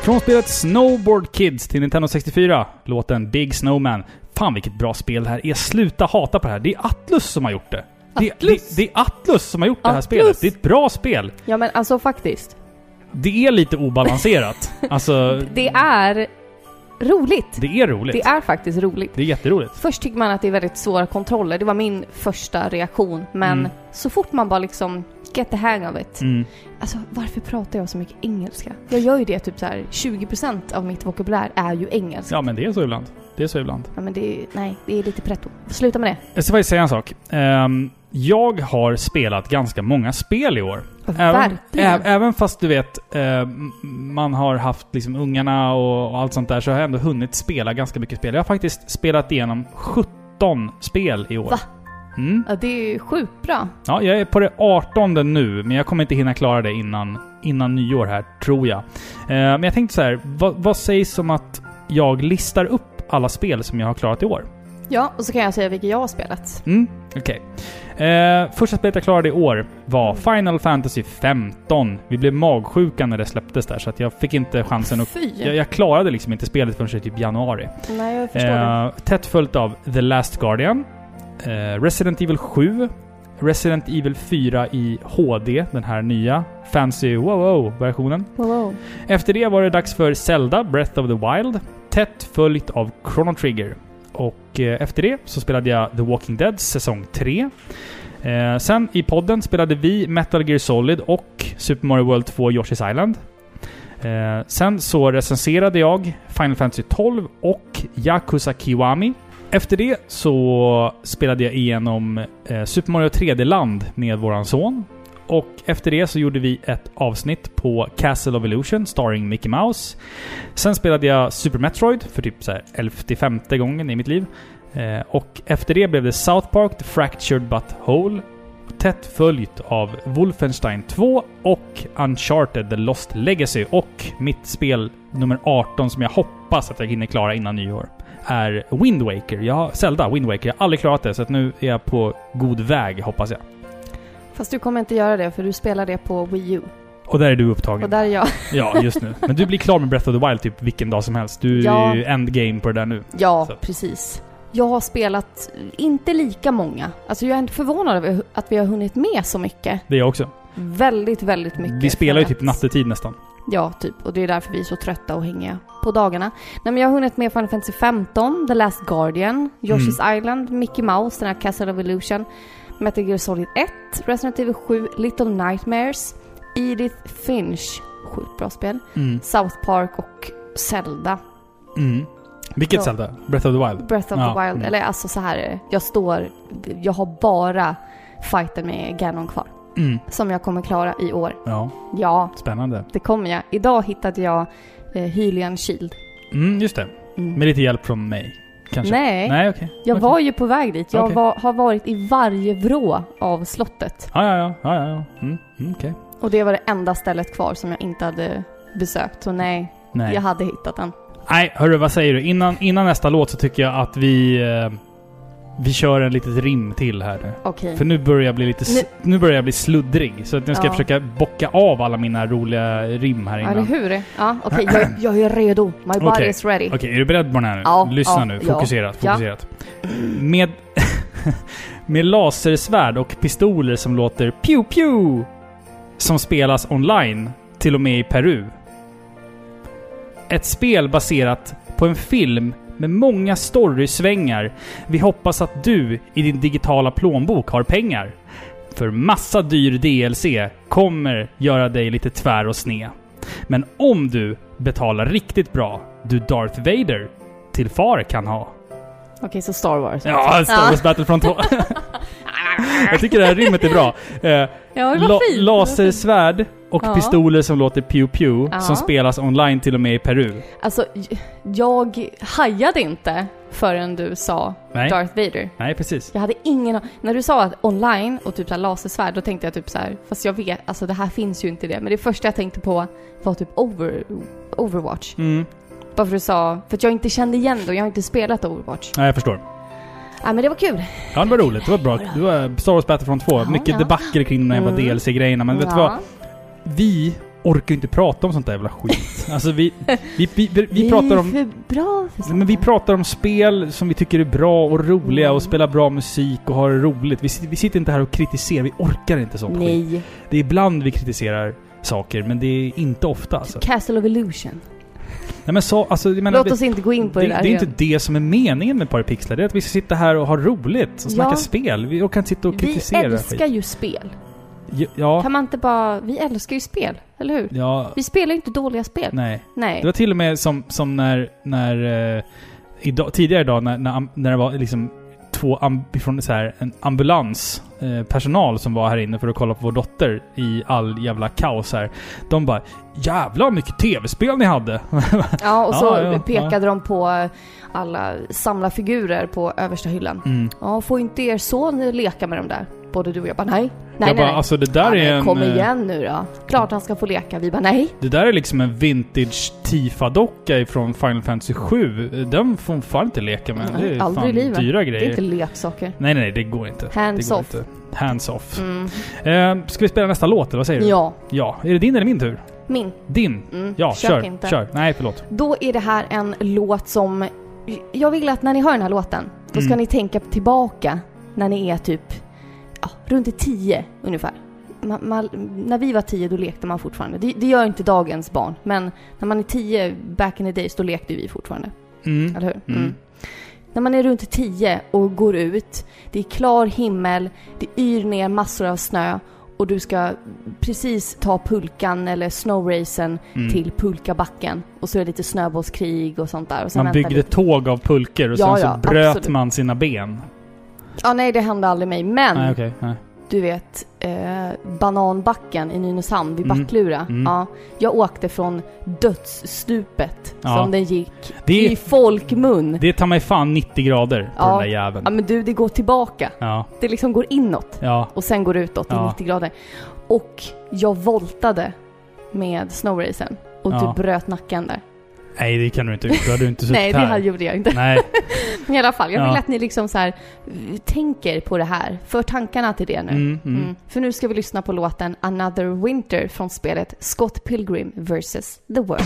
Från spelet Snowboard Kids till Nintendo 64, låten Big Snowman. Fan vilket bra spel det här är. Sluta hata på det här. Det är Atlus som har gjort det. Det är Atlus som har gjort det här spelet. Det är ett bra spel. Ja men alltså faktiskt. Det är lite obalanserat. Alltså, det är roligt. Det är roligt. Det är faktiskt roligt. Det är jätteroligt. Först tycker man att det är väldigt svåra kontroller. Det var min första reaktion. Men så fort man bara liksom get the hang of it. Alltså varför pratar jag så mycket engelska? Jag gör ju det typ så här 20% av mitt vokabulär är ju engelska. Ja men det är så ibland. Ja men det är lite pretto. Sluta med det. Jag ska faktiskt säga en sak. Jag har spelat ganska många spel i år. Även fast du vet man har haft liksom ungarna och allt sånt där, så har jag ändå hunnit spela ganska mycket spel. Jag har faktiskt spelat igenom 17 spel i år. Va? Ja, det är sjukt bra. Ja, jag är på det 18:e nu, men jag kommer inte hinna klara det innan nyår här, tror jag. Men jag tänkte så här, vad sägs om att jag listar upp alla spel som jag har klarat i år? Ja, och så kan jag säga vilka jag har spelat. Okej. Första spelet jag klarade i år var Final Fantasy 15. Vi blev magsjuka när det släpptes där, så att jag fick inte chansen att... Jag klarade liksom inte spelet förrän typ januari. Nej, jag förstår det. Tätt följt av The Last Guardian, Resident Evil 7, Resident Evil 4 i HD, den här nya fancy versionen. Wow. Efter det var det dags för Zelda Breath of the Wild, tätt följt av Chrono Trigger. Och efter det så spelade jag The Walking Dead säsong 3. Sen i podden spelade vi Metal Gear Solid och Super Mario World 2 Yoshi's Island. Sen så recenserade jag Final Fantasy 12 och Yakuza Kiwami. Efter det så spelade jag igenom Super Mario 3D-land med våran son. Och efter det så gjorde vi ett avsnitt på Castle of Illusion starring Mickey Mouse. Sen spelade jag Super Metroid för typ så här 11:e gången i mitt liv. Och efter det blev det South Park The Fractured But Whole. Tätt följt av Wolfenstein 2 och Uncharted The Lost Legacy. Och mitt spel nummer 18 som jag hoppas att jag hinner klara innan nyår är Wind Waker. Zelda Wind Waker. Jag har aldrig klarat det, så att nu är jag på god väg, hoppas jag. Fast du kommer inte göra det, för du spelar det på Wii U. Och där är du upptagen. Och där är jag. Ja, just nu. Men du blir klar med Breath of the Wild typ vilken dag som helst. Du är ju endgame på det där nu. Ja, så. Precis. Jag har spelat inte lika många. Alltså jag är inte förvånad över att vi har hunnit med så mycket. Det är jag också. Väldigt, väldigt mycket. Vi spelar ju typ nattetid nästan. Ja, typ. Och det är därför vi är så trötta och hängiga på dagarna. Nej, men jag har hunnit med Final Fantasy 15, The Last Guardian, Yoshi's Island, Mickey Mouse, den här Castle of Illusion, Metal Gear Solid 1, Resident Evil 7, Little Nightmares, Edith Finch, sjukt bra spel, South Park och Zelda. Vilket Zelda? Breath of the Wild? Breath of the Wild. Eller alltså så här, jag har bara fighten med Ganon kvar. Som jag kommer klara i år. Ja. Spännande. Det kommer jag. Idag hittade jag Hylian Shield. Just det. Med lite hjälp från mig. Kanske. Nej, okay. Jag var ju på väg dit. Jag har varit i varje vrå av slottet. Ja. Okay. Och det var det enda stället kvar som jag inte hade besökt. Så nej. Jag hade hittat den. Nej, hörru, vad säger du? Innan nästa låt så tycker jag att vi kör en litet rim till här nu. Okay. För nu börjar jag bli sluddrig. Så att nu ska jag försöka bocka av alla mina roliga rim här innan. Eller hur? Ja, okej. Jag är redo. My body is ready. Okej, är du beredd på den här nu? Ja, lyssna nu. Fokuserat. Ja. Med lasersvärd och pistoler som låter pew pew. Som spelas online, till och med i Peru. Ett spel baserat på en film med många storysvängar. Vi hoppas att du i din digitala plånbok har pengar. För massa dyr DLC kommer göra dig lite tvär och sned. Men om du betalar riktigt bra, du Darth Vader till far kan ha. Okej, så Star Wars. Ja, Star Wars Battlefront 2. Jag tycker det här rimmet är bra. Lasersvärd och pistoler som låter pew pew som spelas online till och med i Peru. Alltså, jag hajade inte förrän du sa Darth Vader. Nej, precis. Jag hade ingen... När du sa att online och typ så här lasersvärd, då tänkte jag typ så här, fast jag vet, alltså det här finns ju inte det. Men det första jag tänkte på var typ Overwatch. Bara för du sa, för att jag inte kände igen det och jag har inte spelat Overwatch. Nej, jag förstår. Ja, men det var kul. Ja, det var roligt. Det var bra. Det var Star Wars Battlefront 2. Mycket debacle kring de här DLC-grejerna. Men vet du vad? Vi orkar inte prata om sånt där jävla skit. Alltså vi pratar om... för bra för sånt. Men vi pratar om spel som vi tycker är bra och roliga och spelar bra musik och har roligt. Vi sitter inte här och kritiserar. Vi orkar inte sånt skit. Det är ibland vi kritiserar saker, men det är inte ofta. Alltså. Castle of Illusion. Nej, men så, alltså, låt oss inte gå in på det där. Det är inte det som är meningen med Parapixlar. Det är att vi ska sitta här och ha roligt och snacka spel. Vi kan sitta och kritisera. Vi älskar ju spel. Ja. Kan man inte bara... Vi älskar ju spel, eller hur? Ja. Vi spelar ju inte dåliga spel. Nej. Det var till och med som när tidigare idag när det var liksom från så här, en ambulans personal som var här inne för att kolla på vår dotter i all jävla kaos här. De bara, jävla mycket tv-spel ni hade. Ja, och så pekade de på alla samlarfigurer på översta hyllan. Ja, får inte er son leka med dem där? Både du och jag bara, nej. Alltså det där är en... Kom igen nu då. Klart han ska få leka. Vi bara, nej. Det där är liksom en vintage Tifa-docka från Final Fantasy 7. Den får fan inte leka med. Det är aldrig i livet. Dyra grejer. Det är inte leksaker. Nej, det går inte. Hands off. Ska vi spela nästa låt, eller vad säger du? Ja. Är det din eller min tur? Min. Din? Ja, kör. Nej, förlåt. Då är det här en låt som... Jag vill att när ni hör den här låten, då ska ni tänka tillbaka när ni är typ... runt 10 ungefär. När vi var 10 då lekte man fortfarande. Det gör inte dagens barn. Men när man är 10 back in the days då lekte vi fortfarande. Eller hur? När man är runt 10 och går ut. Det är klar himmel. Det yr ner massor av snö. Och du ska precis ta pulkan eller snowracen till pulkabacken. Och så är det lite snöbollskrig och sånt där. Och sen man byggde tåg av pulker och sen så bröt man sina ben. Ja, nej, det hände aldrig mig. Men, nej. Du vet, bananbacken i Nynäshamn vid Backlura. Ja, jag åkte från dödsstupet som den gick i folkmun. Det tar mig fan 90 grader på den där jäveln. Ja, men du, det går tillbaka. Ja. Det liksom går inåt. Ja. Och sen går utåt i 90 grader. Och jag voltade med snowracen. Och du bröt nacken där. Nej, det kan du inte. Du hade inte suttit Nej, här. det gjorde jag inte. Nej. Men i alla fall, jag vill att ni liksom så här tänker på det här. För tankarna till det nu. För nu ska vi lyssna på låten Another Winter från spelet Scott Pilgrim vs. The World.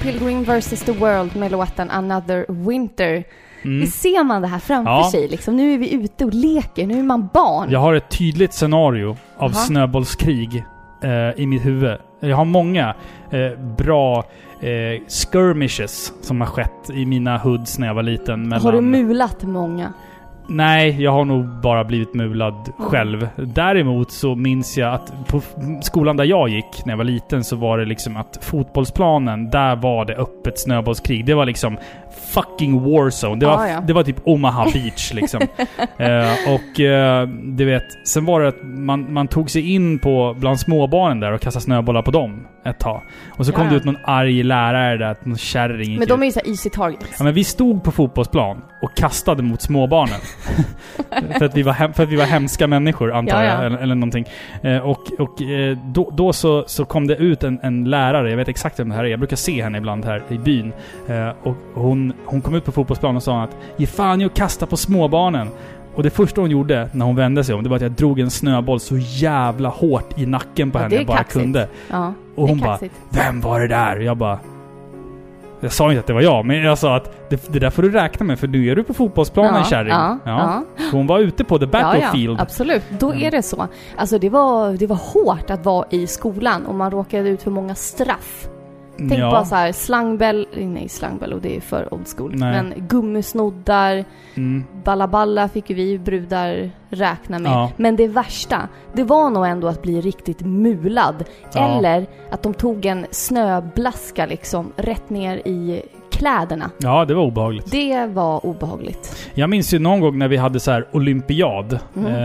Pilgrim vs. The World med låten Another Winter. Nu ser man det här framför sig. Liksom. Nu är vi ute och leker. Nu är man barn. Jag har ett tydligt scenario av snöbollskrig i mitt huvud. Jag har många bra skirmishes som har skett i mina hoods när jag var liten. Har du mulat många? Nej, jag har nog bara blivit mulad själv. Däremot så minns jag att på skolan där jag gick när jag var liten så var det liksom att fotbollsplanen, där var det öppet snöbollskrig. Det var liksom fucking warzone. Det var typ Omaha Beach liksom. Du vet, sen var det att man tog sig in på bland småbarnen där och kastade snöbollar på dem ett tag. Och så kom det ut någon arg lärare där, någon kärring. Men de är ju så här easy targets. Ja, men vi stod på fotbollsplan och kastade mot småbarnen. för att vi var hemska människor, antar jag, eller någonting. Då så kom det ut en lärare, jag vet exakt vem det här är. Jag brukar se henne ibland här i byn. Och hon kom ut på fotbollsplanen och sa att ge fan att kasta på småbarnen. Och det första hon gjorde när hon vände sig om, det var att jag drog en snöboll så jävla hårt i nacken på henne jag bara kaxigt. Kunde. Ja, och hon bara, vem var det där? Och jag sa inte att det var jag, men jag sa att det där får du räkna med, för nu är du på fotbollsplanen, kärring. Ja. Hon var ute på the battlefield. Ja, absolut. Då är det så. Alltså det var hårt att vara i skolan och man råkade ut för många straff. Tänk på så här slangbell, och det är för old school. Nej. Men gummisnoddar, balla fick ju vi brudar räkna med. Ja. Men det värsta, det var nog ändå att bli riktigt mulad. Ja. Eller att de tog en snöblaska liksom rätt ner i kläderna. Ja, det var obehagligt. Det var obehagligt. Jag minns ju någon gång när vi hade så här olympiad.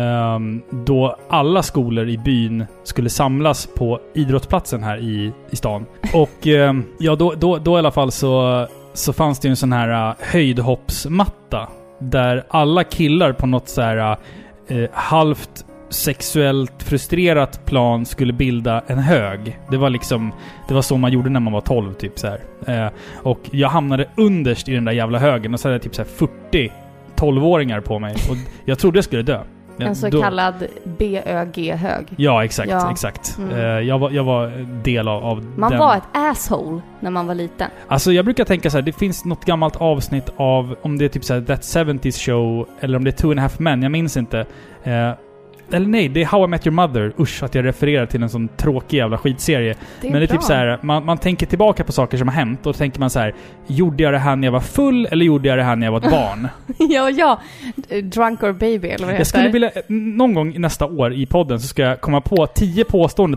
Då alla skolor i byn skulle samlas på idrottsplatsen här i stan. Och då i alla fall så fanns det ju en sån här höjdhoppsmatta där alla killar på något så här halvt sexuellt frustrerat plan skulle bilda en hög. Det var så man gjorde när man var 12 typ så här. Och jag hamnade underst i den där jävla högen och så hade jag typ så här 40 12-åringar på mig och jag trodde jag skulle dö. En så kallad BÖG-hög. Ja, exakt. Jag var del av man den. Var ett asshole när man var liten. Alltså jag brukar tänka så här, det finns något gammalt avsnitt av, om det är typ så här That 70s Show eller om det är 2.5 Men, jag minns inte. Eller nej, det är How I Met Your Mother. Usch, att jag refererar till en sån tråkig jävla skitserie. Men det är typ så här, man tänker tillbaka på saker som har hänt och då tänker man så här, gjorde jag det här när jag var full eller gjorde jag det här när jag var ett barn? ja. Drunk or baby eller vad det jag skulle vilja, någon gång nästa år i podden så ska jag komma på 10 påståenden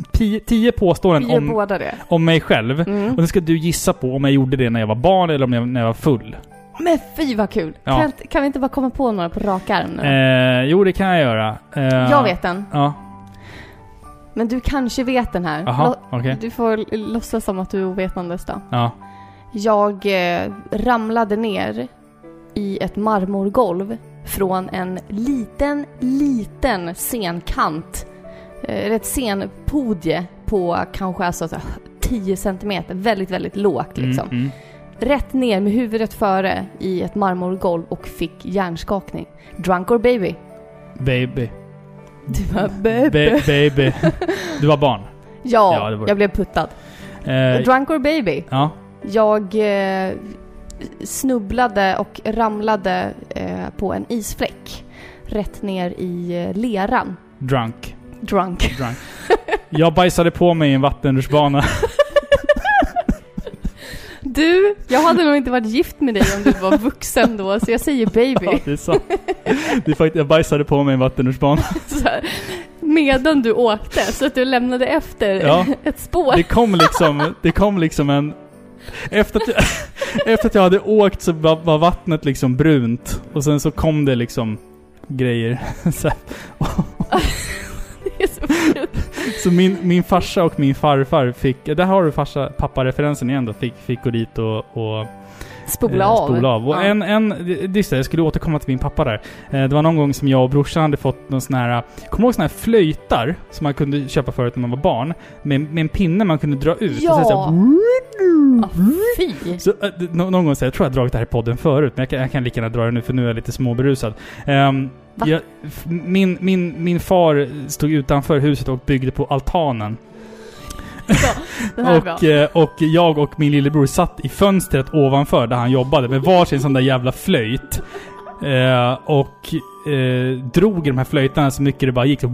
om mig själv. Och då ska du gissa på om jag gjorde det när jag var barn eller när jag var full. Men fy vad kul. Ja. Kan vi inte bara komma på några på rak arm? Jo, det kan jag göra. Jag vet den. Ja. Men du kanske vet den här. Aha, okay. Du får låtsas som att du är ovetandes då. Ja. Jag ramlade ner i ett marmorgolv från en liten scenkant. Ett scenpodie på kanske alltså 10 centimeter. Väldigt, väldigt lågt liksom. Rätt ner med huvudet före i ett marmorgolv och fick hjärnskakning. Drunk or baby? Baby. Du var baby. Du var barn? Ja, jag blev puttad. Drunk or baby? Ja. Jag snubblade och ramlade på en isfläck. Rätt ner i leran. Drunk. Jag bajsade på mig i en vattenrutschbana. Jag hade nog inte varit gift med dig om du var vuxen då, så jag säger baby. Ja, det är sant. Det är faktiskt, jag bajsade på mig i en vattenrusbana. Medan du åkte, så att du lämnade efter ett spår. Det kom liksom en... Efter att jag hade åkt så var vattnet liksom brunt. Och sen så kom det liksom grejer. Så min farsa och min farfar fick... Där har du pappa-referensen igen då. Fick gå dit och spola av. Och jag skulle återkomma till min pappa där. Det var någon gång som jag och brorsan hade fått någon sån här... Kommer du ihåg sån här flöjtar som man kunde köpa förut när man var barn? Med en pinne man kunde dra ut. Ja! Så någon gång så jag tror jag har dragit det här i podden förut, men jag kan lika gärna dra det nu för nu är jag lite småberusad. Min far stod utanför huset och byggde på altanen. Och jag och min lillebror satt i fönstret ovanför där han jobbade med varsin sån där jävla flöjt. Drog i de här flöjtarna så mycket det bara gick så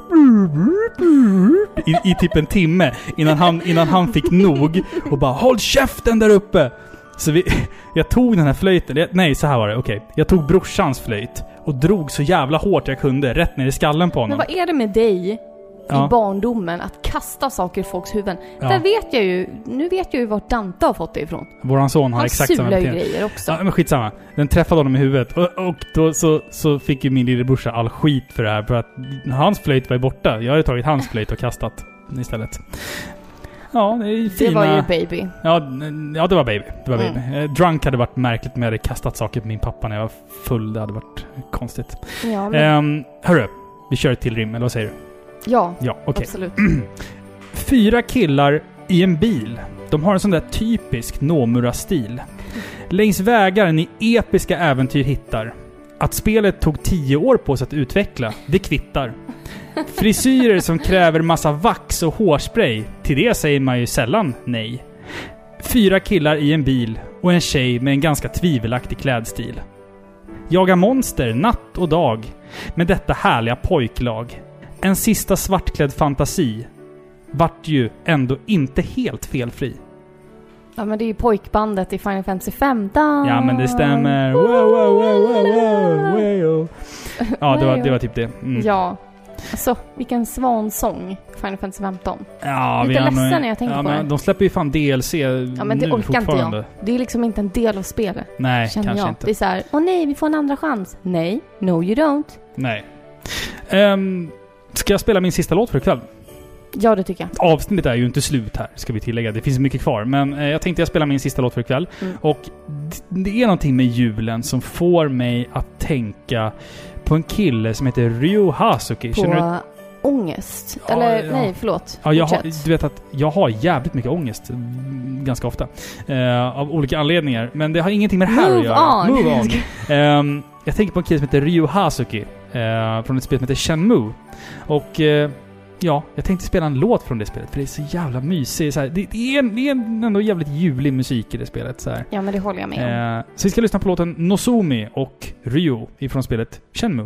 i typ en timme innan han fick nog och bara håll käften där uppe. Så jag tog den här flöjten. Nej, så här var det. Okej. Jag tog brorsans flöjt och drog så jävla hårt jag kunde rätt ner i skallen på honom. Men vad är det med dig i barndomen att kasta saker i folks huvuden? Där vet jag ju, nu vet jag ju vart Dante har fått det ifrån. Våran son har exakt samma beteende. Grejer också. Ja, men skitsamma. Den träffade honom i huvudet och då så fick ju min lillebrorsa all skit för det här, för att hans flöjt var ju borta. Jag hade tagit hans flöjt och kastat istället. Ja, det är fina... Det var ju baby. Ja, det var baby. Det var baby. Drunk hade varit märkligt om jag hade kastat saker på min pappa när jag var full. Det hade varit konstigt. Ja, men... hörru, vi kör ett till rim, eller vad säger du? Ja, okay. Absolut. 4 killar i en bil. De har en sån där typisk Nomura-stil. Längs vägar ni episka äventyr hittar. Att spelet tog 10 år på sig att utveckla, det kvittar. Frisyrer som kräver massa vax och hårspray. Till det säger man ju sällan nej. 4 killar i en bil och en tjej med en ganska tvivelaktig klädstil. Jaga monster natt och dag med detta härliga pojklag. En sista svartklädd fantasi vart ju ändå inte helt felfri. Ja, men det är ju pojkbandet i Final Fantasy 15. Ja, men det stämmer. Wow. Ja, det var typ det. Ja. Alltså, vilken svansång Final Fantasy 15. Ja, lite ledsen när jag tänker på det. De släpper ju fan DLC men det orkar inte jag. Det är liksom inte en del av spelet. Nej, kanske jag. inte. Det är så här, nej, vi får en andra chans. Nej, no you don't. Nej. Ska jag spela min sista låt för ikväll? Ja, det tycker jag. Avsnittet är ju inte slut här, ska vi tillägga. Det finns mycket kvar. Men jag tänkte jag spela min sista låt för ikväll. Och det är någonting med julen som får mig att tänka på en kille som heter Ryo Hazuki. På ångest? Ja, eller, ja. Nej, förlåt. Ja, du vet att jag har jävligt mycket ångest. Ganska ofta. Av olika anledningar. Men det har ingenting med det här att göra. Move on. Jag tänker på en kille som heter Ryo Hazuki. Från ett spel som heter Shenmue. Och... ja, jag tänkte spela en låt från det spelet, för det är så jävla mysigt. Det är ändå jävligt julig musik i det spelet. Så här. Ja, men det håller jag med om. Så vi ska lyssna på låten Nozomi och Ryo ifrån spelet Shenmue.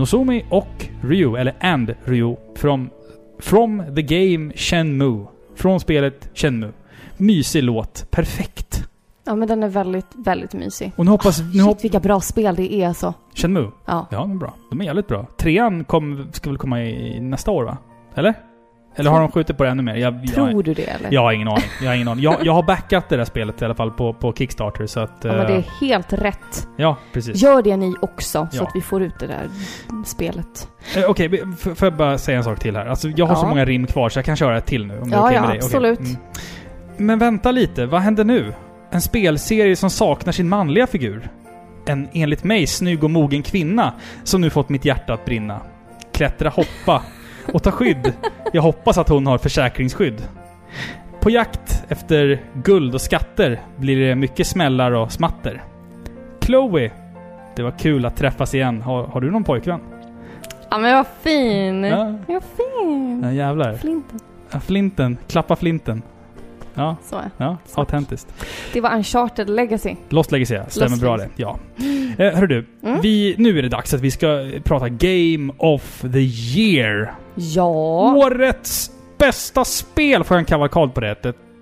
Nozomi och Ryu, eller and Ryu, from the game Shenmue. Från spelet Shenmue. Mysig låt. Perfekt. Ja, men den är väldigt, väldigt mysig. Och nu hoppas... Shit, vilka bra spel det är alltså. Shenmue? Ja. Ja, de är bra. De är jävligt bra. 3:an ska väl komma i nästa år, va? Eller? Eller har de skjutit på det ännu mer? Tror du det, eller? Jag har ingen aning. Jag har backat det där spelet i alla fall på Kickstarter, så att... Ja, men det är helt rätt. Ja, precis. Gör det ni också, så Ja. att vi får ut det där spelet. Okej, får jag bara säga en sak till här? Alltså, jag har så många rim kvar, så jag kan köra ett till nu. Om det är okej med dig. Absolut. Okay. Men vänta lite, vad händer nu? En spelserie som saknar sin manliga figur. En enligt mig snygg och mogen kvinna som nu fått mitt hjärta att brinna. Klättra, hoppa och ta skydd. Jag hoppas att hon har försäkringsskydd. På jakt efter guld och skatter blir det mycket smällar och smatter. Chloe, det var kul att träffas igen. Har du någon pojkvän? Ja, men vad fin! Ja. Vad fin! Ja, jävlar. Flinten. Ja, flinten. Klappa flinten. Ja, Så är. ja, autentiskt. Det var Uncharted Legacy. Lost Legacy, stämmer Lost bra Legacy. det. Ja. Hörru du, nu är det dags att vi ska prata Game of the Year. Ja. Årets bästa spel. Får jag en kavalkad på det?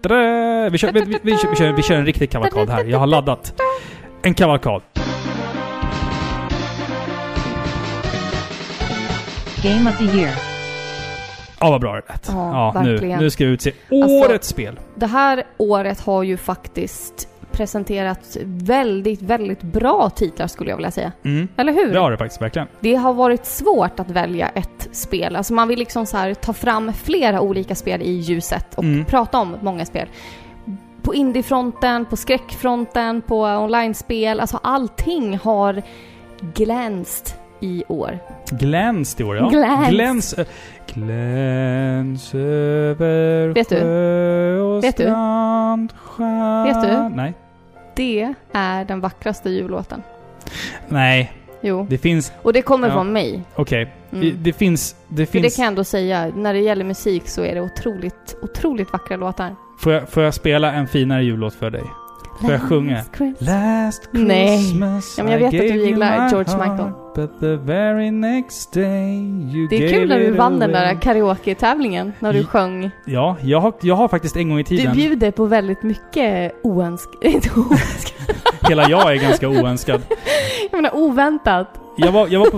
Vi kör en riktig kavalkad här. Jag har laddat. En kavalkad. Game of the Year. Ja, vad bra det lät. Ja, nu, verkligen. nu ska vi utse årets spel. Det här året har ju faktiskt presenterat väldigt, väldigt bra titlar, skulle jag vilja säga. Eller hur? Det har det faktiskt, verkligen. Det har varit svårt att välja ett spel. Alltså man vill liksom så här ta fram flera olika spel i ljuset och prata om många spel. På indiefronten, på skräckfronten, på online-spel. Alltså allting har glänst i år. Glänst i år, ja. Gläns över Vet du? sjö och Vet du? strand. Vet du? Nej. Det är den vackraste jullåten. Nej. Jo. Det finns... Och det kommer från mig. Okej. Det finns... För det kan jag ändå säga. När det gäller musik så är det otroligt, otroligt vackra låtar. Får jag spela en finare jullåt för dig? Får jag sjunga? Last Christmas. Nej. Ja, men jag vet att du gillar George Michael. But the very next day you det är kul när du vann den där karaoke-tävlingen. När du sjöng. Ja, jag har faktiskt en gång i tiden... Du bjuder på väldigt mycket oönskad. Hela jag är ganska oönskad. Jag menar oväntat. Jag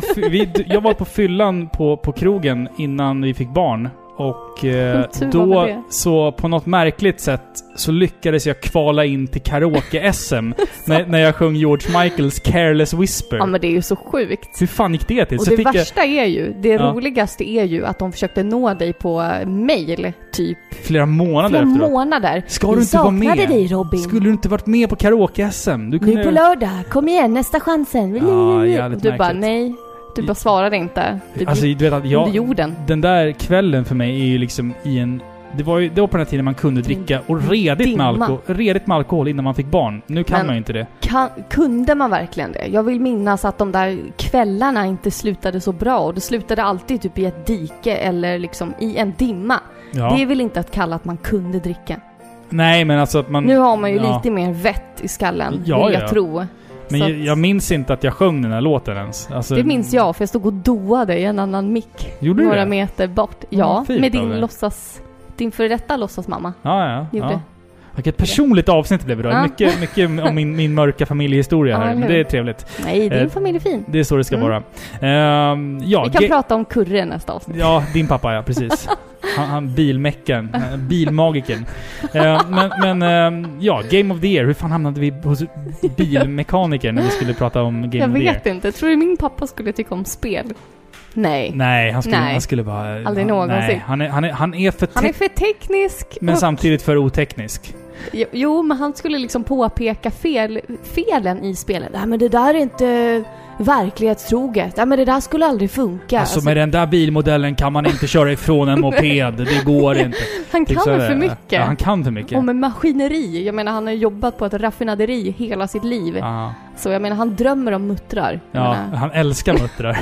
var på fyllan på krogen innan vi fick barn. Och då så på något märkligt sätt så lyckades jag kvala in till karaoke-SM när jag sjöng George Michaels Careless Whisper. Ja, men det är ju så sjukt. Hur fan gick det till? Och så det värsta är ju, det roligaste är ju att de försökte nå dig på mail typ. Flera månader. Ska du inte vara med? Dig, Robin. Skulle du inte varit med på karaoke-SM? Nu på lördag, kom igen, nästa chansen. Ja, du bara nej. Du bara svarade inte. Alltså, du vet att jorden. Den där kvällen för mig är ju liksom i en... Det var på den här tiden man kunde dricka och redigt med alkohol innan man fick barn. Nu kan man ju inte det. Kunde man verkligen det? Jag vill minnas att de där kvällarna inte slutade så bra. Och det slutade alltid typ i ett dike eller liksom i en dimma. Ja. Det är väl inte att kalla att man kunde dricka. Nej, men alltså att man... Nu har man ju lite mer vett i skallen, vill jag tro. Men jag minns inte att jag sjöng den här låten ens. Alltså, det minns jag, för jag stod och doade i en annan mick. Gjorde några det? Meter bort. Ja, med din före detta låtsasmamma. Ja. Vilket personligt avsnitt blev det då. Mycket om min mörka familjehistoria här. Men det är trevligt. Nej, din familj är fin. Det är så det ska vara. Vi kan prata om Kurre nästa avsnitt. Ja, din pappa, ja, precis. Han bilmäcken, bilmagiken. Game of the Year. Hur fan hamnade vi hos bilmekaniker när vi skulle prata om Game of the Year? Jag vet inte. Tror du min pappa skulle tycka om spel? Nej, han skulle bara... Aldrig någonsin. Nej, han är för teknisk. Men samtidigt för oteknisk. Jo, men han skulle liksom påpeka felen i spelet. Nej, men det där är inte verklighetstroget. Nej, men det där skulle aldrig funka. Alltså med den där bilmodellen kan man inte köra ifrån en moped. Det går inte. Han kan för mycket. Ja, han kan för mycket. Och med maskineri. Jag menar, han har jobbat på ett raffinaderi hela sitt liv. Aha. Så jag menar, han drömmer om muttrar. Han älskar muttrar.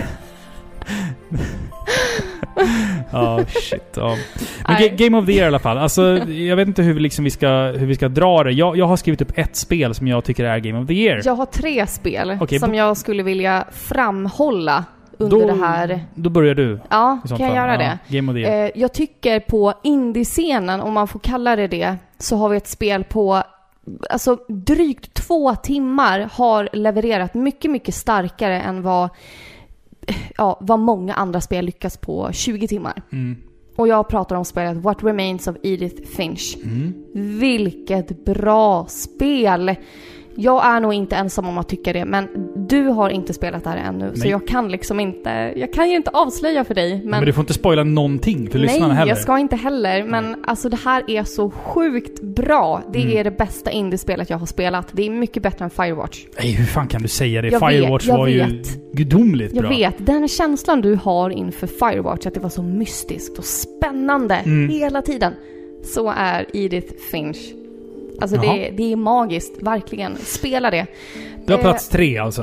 Shit. Men Game of the Year i alla fall. Alltså, jag vet inte hur vi ska dra det. Jag har skrivit upp ett spel som jag tycker är Game of the Year. Jag har 3 spel som jag skulle vilja framhålla under det här. Då börjar du. Ja, kan jag göra det? Game of the Year. Jag tycker på indie-scenen, om man får kalla det, så har vi ett spel på alltså drygt 2 timmar har levererat mycket, mycket starkare än vad många andra spel lyckas på 20 timmar. Och jag pratar om spelet What Remains of Edith Finch. Vilket bra spel! Jag är nog inte ensam om att tycka det, men du har inte spelat det här ännu. Nej. Så jag kan ju inte avslöja för dig. Men du får inte spoila någonting för lyssnarna heller. Nej, jag ska inte heller. Men alltså det här är så sjukt bra. Det är det bästa indiespelet jag har spelat. Det är mycket bättre än Firewatch. Nej, hur fan kan du säga det? Firewatch var ju gudomligt bra. Jag vet, den känslan du har inför Firewatch, att det var så mystiskt och spännande hela tiden. Så är Edith Finch. Alltså det är magiskt, verkligen. Spela det. Du har plats 3 alltså.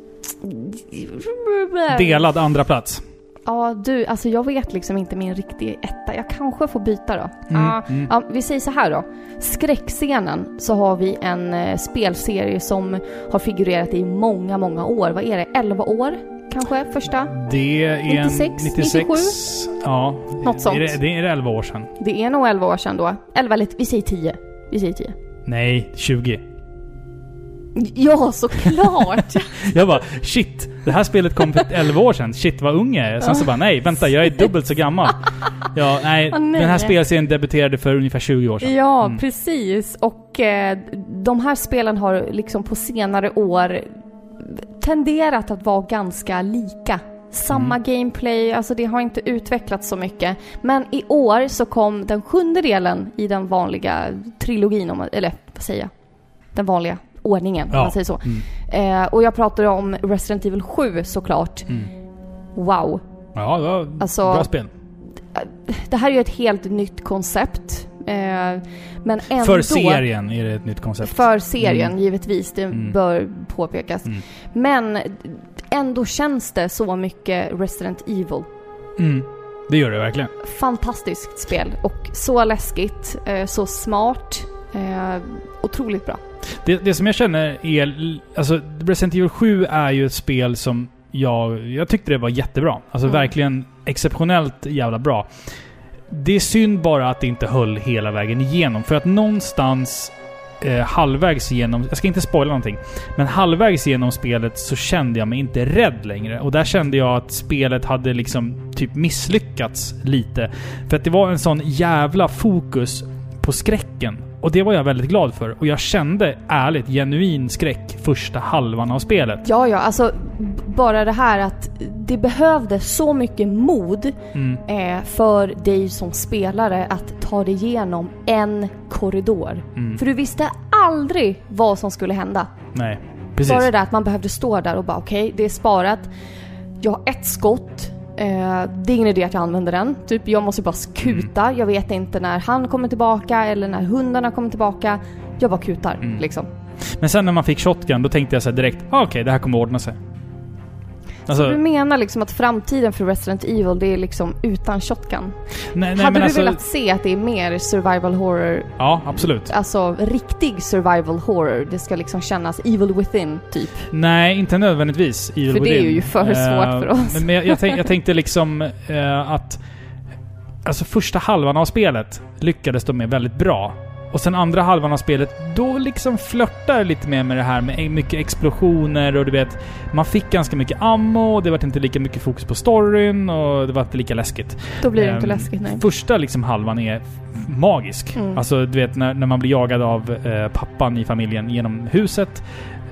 Delad andra plats. Ja, alltså jag vet liksom inte min riktiga etta. Jag kanske får byta då. Ja, vi säger så här då. Skräckscenen, så har vi en spelserie som har figurerat i många, många år. Vad är det? 11 år? Kanske första? Det är 96, 97? Ja. Något sånt. Det är 11 år sedan. Det är nog 11 år sedan då. 11, vi säger 10. Nej, 20. Ja, såklart. Jag bara, shit, det här spelet kom för 11 år sedan. Shit, vad ung jag är. Sen så bara, nej, vänta, jag är dubbelt så gammal. Ja, nej, den här spelserien debuterade för ungefär 20 år sedan. Ja, precis. Och de här spelen har liksom på senare år tenderat att vara ganska lika. Samma gameplay, alltså det har inte utvecklats så mycket. Men i år så kom den 7:e delen i den vanliga trilogin, eller vad säger jag? Den vanliga ordningen, om man säger så. Och jag pratar om Resident Evil 7 såklart. Wow. Ja, det var alltså, bra spel. Det här är ju ett helt nytt koncept. Men ändå, för serien är det ett nytt koncept. För serien, givetvis. Det bör påpekas. Men ändå känns det så mycket Resident Evil. Det gör det verkligen. Fantastiskt spel. Och så läskigt. Så smart. Otroligt bra. Det som jag känner är... Alltså, Resident Evil 7 är ju ett spel som jag tyckte det var jättebra. Alltså verkligen exceptionellt jävla bra. Det är synd bara att det inte höll hela vägen igenom. För att någonstans halvvägs igenom... Jag ska inte spoila någonting. Men halvvägs igenom spelet så kände jag mig inte rädd längre. Och där kände jag att spelet hade liksom typ misslyckats lite. För att det var en sån jävla fokus på skräcken. Och det var jag väldigt glad för. Och jag kände ärligt genuin skräck första halvan av spelet. Ja, alltså bara det här att det behövde så mycket mod för dig som spelare att ta dig igenom en korridor. För du visste aldrig vad som skulle hända. Nej, precis. Bara det där att man behövde stå där och bara okej, det är sparat. Jag har ett skott. Det är ingen idé att jag använder den. Typ, jag måste bara kuta. Jag vet inte när han kommer tillbaka eller när hundarna kommer tillbaka. Jag bara kutar, liksom. Men sen när man fick shotgun, då tänkte jag så här direkt, okej, det här kommer ordna sig. Alltså, så du menar liksom att framtiden för Resident Evil, det är liksom utan shotgun? Nej, hade du velat se att det är mer survival horror? Ja, absolut. Alltså riktig survival horror. Det ska liksom kännas evil within, typ. Nej, inte nödvändigtvis evil för within. Det är ju för svårt för oss. Men jag tänkte liksom att alltså första halvan av spelet lyckades de med väldigt bra. Och sen andra halvan av spelet, då liksom flörtar lite mer med det här med mycket explosioner och du vet, man fick ganska mycket ammo, det var inte lika mycket fokus på storyn och det var inte lika läskigt. Då blir det inte läskigt, nej. Första liksom halvan är magisk. Alltså du vet, när man blir jagad av pappan i familjen genom huset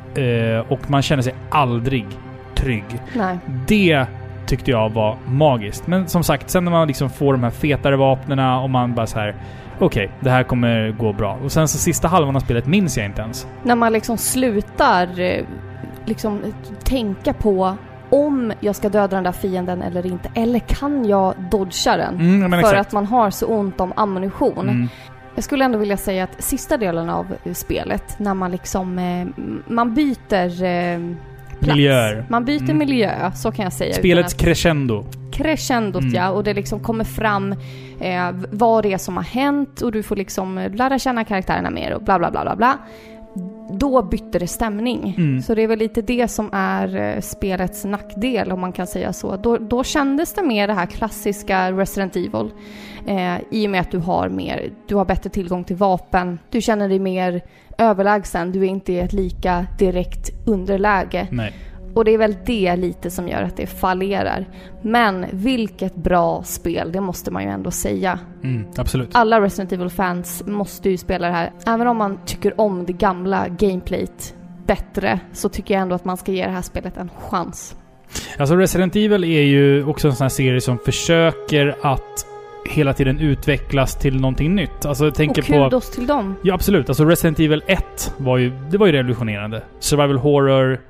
och man känner sig aldrig trygg. Nej. Det tyckte jag var magiskt. Men som sagt, sen när man liksom får de här fetare vapnena och man bara så här, okej, det här kommer gå bra. Och sen så sista halvan av spelet minns jag inte ens. När man liksom slutar liksom tänka på om jag ska döda den där fienden eller inte. Eller kan jag dodga den? För att man har så ont om ammunition. Jag skulle ändå vilja säga att sista delen av spelet, när man liksom man byter miljöer. Man byter miljö, så kan jag säga. Spelets crescendot, ja. Och det liksom kommer fram vad det är som har hänt och du får liksom lära känna karaktärerna mer och bla bla bla bla bla. då bytte det stämning. Så det är väl lite det som är spelets nackdel, om man kan säga så. Då kändes det mer det här klassiska Resident Evil. I och med att du har bättre tillgång till vapen. Du känner dig mer överlägsen. Du är inte i ett lika direkt underläge. Nej. Och det är väl det lite som gör att det fallerar. Men vilket bra spel, det måste man ju ändå säga. Absolut. Alla Resident Evil-fans måste ju spela det här. Även om man tycker om det gamla gameplayet bättre, så tycker jag ändå att man ska ge det här spelet en chans. Alltså Resident Evil är ju också en sån här serie som försöker att hela tiden utvecklas till någonting nytt. Alltså jag tänker på... Och kudos till dem. Ja, absolut. Alltså Resident Evil 1 var ju revolutionerande. Survival horror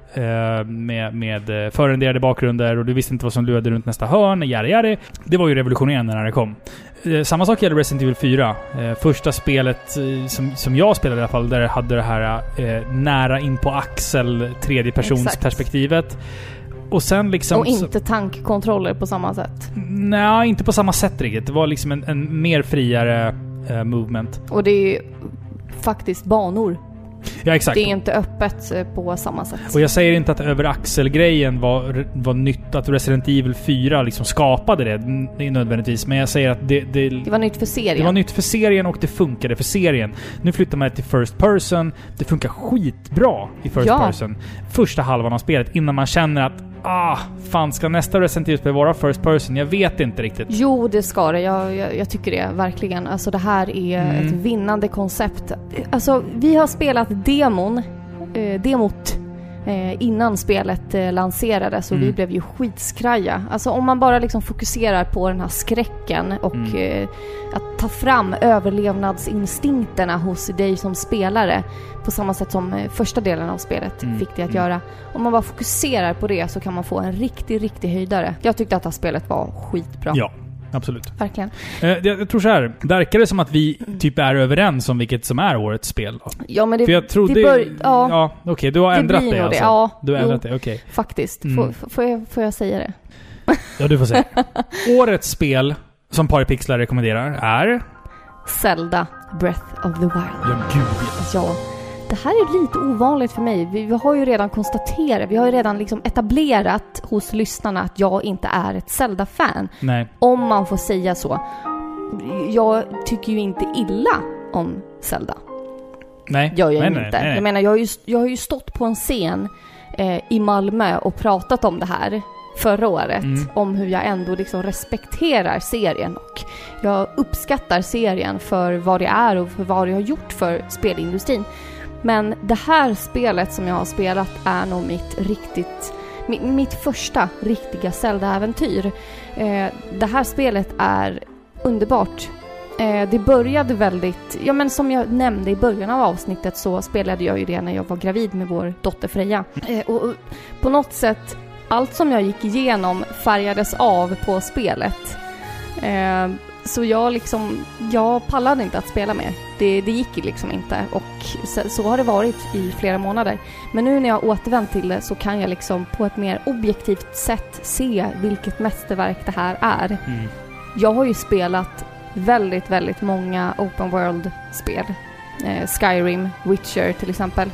med förrenderade bakgrunder och du visste inte vad som lurade runt nästa hörn. Jari. Det var ju revolutionerande när det kom. Samma sak gäller Resident Evil 4. Första spelet som jag spelade i alla fall, där hade det här nära in på axel tredjepersonsperspektivet. Och sen liksom... Och inte tankkontroller på samma sätt. Nej, inte på samma sätt riktigt. Det var liksom en mer friare movement. Och det är ju faktiskt banor. Ja, exakt. Det är inte öppet på samma sätt. Och jag säger inte att över axelgrejen var nytt, att Resident Evil 4 liksom skapade det nödvändigtvis, men jag säger att det var nytt för serien. Det var nytt för serien och det funkade för serien. Nu flyttar man till first person. Det funkar skitbra i first person. Första halvan av spelet, innan man känner att fan, ska nästa Resident Evil vara first person? Jag vet inte riktigt. Jo, det ska det. Jag tycker det, verkligen. Alltså det här är ett vinnande koncept. Alltså, vi har spelat demot innan spelet lanserades och vi blev ju skitskraja. Alltså om man bara liksom fokuserar på den här skräcken och att ta fram överlevnadsinstinkterna hos dig som spelare på samma sätt som första delen av spelet fick det att göra. Om man bara fokuserar på det så kan man få en riktig höjdare. Jag tyckte att det här spelet var skitbra. Ja, absolut. Verkligen. Jag tror så här, verkar det som att vi typ är överens om vilket som är årets spel då? Ja, men det... För jag trodde... okej, du har ändrat det alltså. Ja, du har ändrat det, okej. Faktiskt. Får jag säga det? Ja, du får säga. Årets spel som Paripixlar rekommenderar är... Zelda Breath of the Wild. Ja, gud. Ja. Det här är lite ovanligt för mig. Vi har ju redan konstaterat, vi har ju redan liksom etablerat hos lyssnarna att jag inte är ett Zelda-fan. Nej. Om man får säga så. Jag tycker ju inte illa om Zelda. Nej. Gör jag inte. Nej. Jag menar, jag har ju stått på en scen i Malmö och pratat om det här förra året. Om hur jag ändå liksom respekterar serien och jag uppskattar serien för vad det är och för vad det har gjort för spelindustrin. Men det här spelet som jag har spelat är nog mitt första riktiga Zelda-äventyr. Det här spelet är underbart. Det började väldigt... Ja, men som jag nämnde i början av avsnittet så spelade jag ju det när jag var gravid med vår dotter Freja. Och på något sätt, allt som jag gick igenom färgades av på spelet. Så jag pallade inte att spela mer. Det gick liksom inte. Och så har det varit i flera månader. Men nu när jag återvänt till det så kan jag liksom på ett mer objektivt sätt se vilket mästerverk det här är. Jag har ju spelat väldigt, väldigt många open world-spel. Skyrim, Witcher till exempel.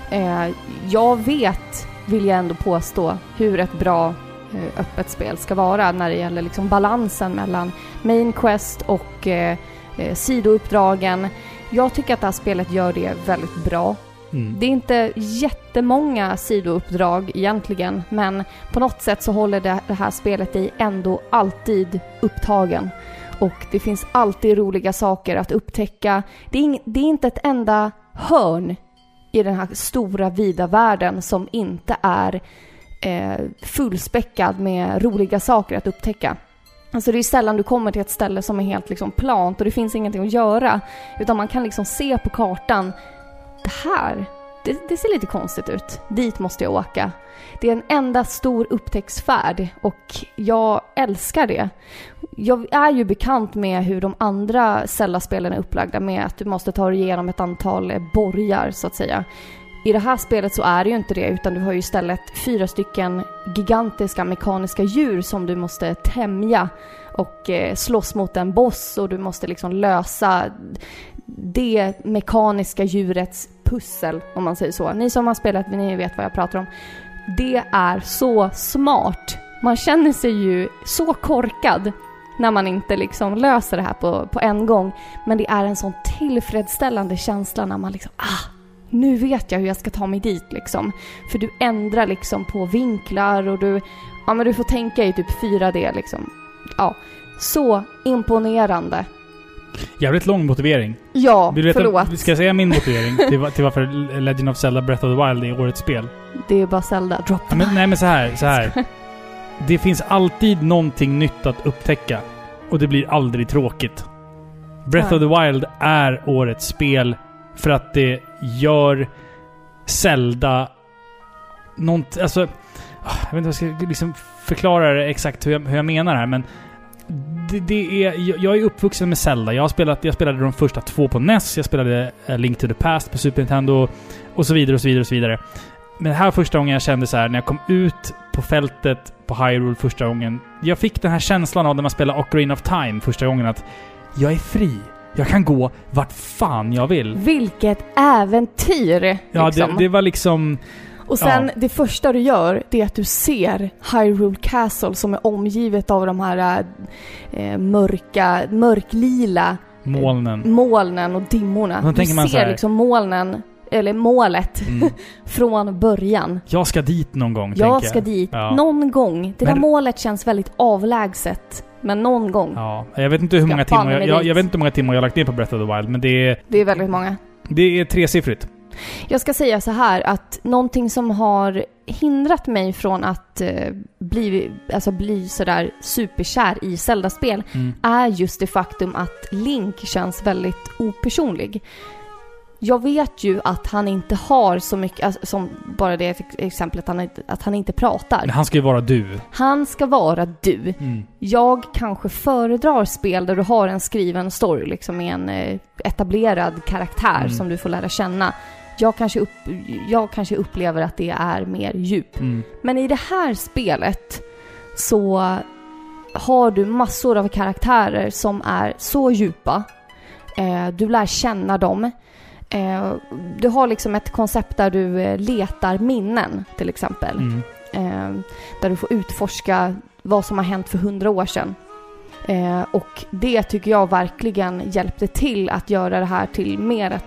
Jag vill jag ändå påstå, hur ett bra öppet spel ska vara när det gäller liksom balansen mellan main quest och sidouppdragen. Jag tycker att det här spelet gör det väldigt bra. Det är inte jättemånga sidouppdrag egentligen, men på något sätt så håller det här spelet i ändå alltid upptagen. Och det finns alltid roliga saker att upptäcka. Det är inte ett enda hörn i den här stora vida världen som inte är fullspäckad med roliga saker att upptäcka. Alltså det är sällan du kommer till ett ställe som är helt liksom plant och det finns ingenting att göra, utan man kan liksom se på kartan, det ser lite konstigt ut. Dit måste jag åka. Det är en enda stor upptäcktsfärd och jag älskar det. Jag är ju bekant med hur de andra Zelda-spelen är upplagda med att du måste ta dig igenom ett antal borgar så att säga. I det här spelet så är det ju inte det, utan du har ju istället 4 stycken gigantiska mekaniska djur som du måste tämja och slåss mot en boss, och du måste liksom lösa det mekaniska djurets pussel, om man säger så. Ni som har spelat, ni vet vad jag pratar om. Det är så smart. Man känner sig ju så korkad när man inte liksom löser det här på en gång. Men det är en sån tillfredsställande känsla när man liksom, nu vet jag hur jag ska ta mig dit liksom. För du ändrar liksom på vinklar och du får tänka i typ 4D liksom. Ja, så imponerande. Jävligt lång motivering. Ja, förlåt. Ska jag säga min motivering till varför Legend of Zelda Breath of the Wild är årets spel? Det är bara Zelda. Nej, men så här. Det finns alltid någonting nytt att upptäcka. Och det blir aldrig tråkigt. Breath of the Wild är årets spel för att det gör Zelda något, alltså jag vet inte vad jag ska liksom förklara det exakt hur jag menar här, men jag är uppvuxen med Zelda. Jag spelade de första 2 på NES. Jag spelade Link to the Past på Super Nintendo och så vidare och så vidare och så vidare. Men det här första gången jag kände så här när jag kom ut på fältet på Hyrule första gången. Jag fick den här känslan av när man spelar Ocarina of Time första gången att jag är fri. Jag kan gå vart fan jag vill. Vilket äventyr! Ja, liksom. Det var liksom... Och sen det första du gör, det är att du ser Hyrule Castle som är omgivet av de här mörklila molnen och dimmorna. Du ser liksom molnen, eller målet från början. Jag ska dit någon gång, Jag ska dit någon gång. Det där målet känns väldigt avlägset. Men någon gång. Ja, jag vet inte hur många timmar jag vet inte hur många timmar jag har lagt ner på Breath of the Wild, men det är väldigt många. Det är 3-siffrigt. Jag ska säga så här att någonting som har hindrat mig från att bli sådär superkär i Zelda-spel är just det faktum att Link känns väldigt opersonlig. Jag vet ju att han inte har så mycket, alltså, som bara det exemplet att han inte pratar. Men han ska ju vara du. Han ska vara du. Jag kanske föredrar spel där du har en skriven story liksom med en etablerad karaktär som du får lära känna. Jag kanske upplever att det är mer djup. Men i det här spelet så har du massor av karaktärer som är så djupa. Du lär känna dem. Du har liksom ett koncept där du letar minnen till exempel. Där du får utforska vad som har hänt för 100 år sedan. Och det tycker jag verkligen hjälpte till att göra det här till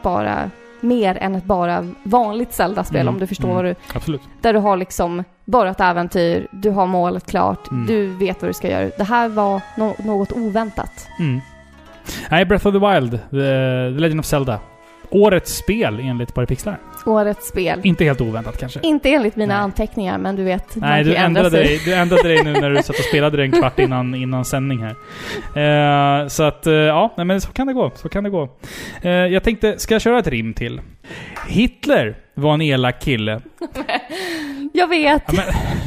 mer än ett bara vanligt Zelda-spel, om du förstår vad du... Absolut. Där du har liksom bara ett äventyr, du har målet klart, du vet vad du ska göra. Det här var något oväntat. Nej, Breath of the Wild, The Legend of Zelda. Årets spel enligt Paripixlar. Årets spel. Inte helt oväntat kanske. Inte enligt mina anteckningar, men du vet. Nej, du ändrade dig nu när du satt och spelade det en kvart innan sändning här. Så att, men så kan det gå. Jag tänkte, ska jag köra ett rim till? Hitler var en elak kille. Jag vet. Ja,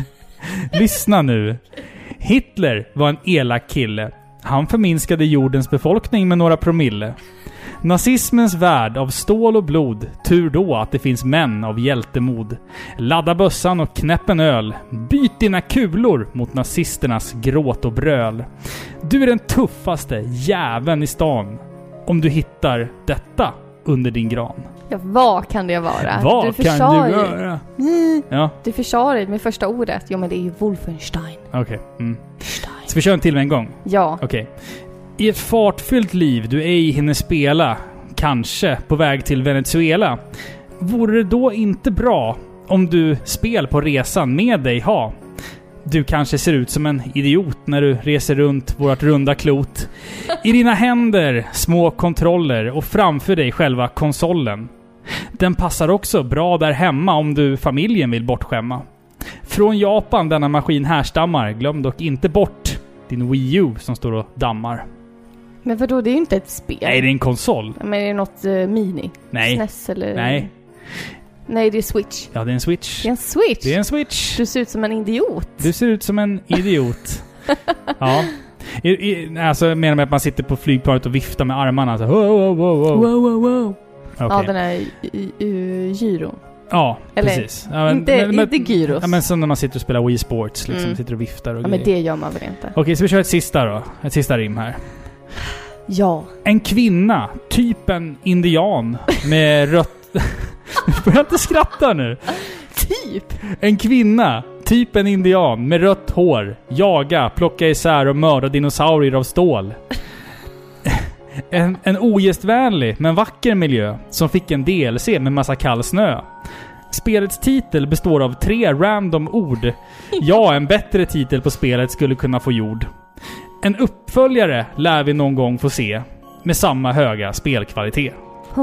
lyssna nu. Hitler var en elak kille. Han förminskade jordens befolkning med några promille. Nazismens värld av stål och blod. Tur då att det finns män av hjältemod. Ladda bössan och knäpp en öl. Byt dina kulor mot nazisternas gråt och bröl. Du är den tuffaste jäveln i stan. Om du hittar detta under din gran. Ja, vad kan det vara? Vad kan du göra? Ja. Du försvarar med första ordet. Jo, men det är ju Wolfenstein. Okej. Så vi kör en till med en gång? Ja. Okej. I ett fartfyllt liv du ej hinner spela, kanske på väg till Venezuela, vore det då inte bra om du spel på resan med dig ha? Du kanske ser ut som en idiot när du reser runt vårt runda klot. I dina händer små kontroller och framför dig själva konsolen. Den passar också bra där hemma om du familjen vill bortskämma. Från Japan denna maskin härstammar, glöm dock inte bort din Wii U som står och dammar. Men vadå, det är ju inte ett spel. Nej, det är en konsol. Men är det något mini? Nej. SNES eller... Nej, det är Switch. Ja, det är en Switch. Det är en Switch? Det är en Switch. Du ser ut som en idiot. Du ser ut som en idiot. Ja. Alltså menar med att man sitter på flygplanet och viftar med armarna så wow. Okay. Ja, den är gyron. Ja, eller, precis. Ja, inte gyros. Ja, men som när man sitter och spelar Wii Sports liksom, sitter och viftar och ja, men det gör man väl inte. Okej, så vi kör ett sista då. Ett sista rim här. Ja. En kvinna, typ en indian med Du börjar inte skratta nu. Typ. En kvinna, typ en indian med rött hår, jaga, plocka isär och mörda dinosaurier av stål. En ogästvänlig men vacker miljö som fick en DLC med massa kall snö. Spelets titel består av 3 random ord. Ja, en bättre titel på spelet skulle kunna få jord. En uppföljare lär vi någon gång få se med samma höga spelkvalitet.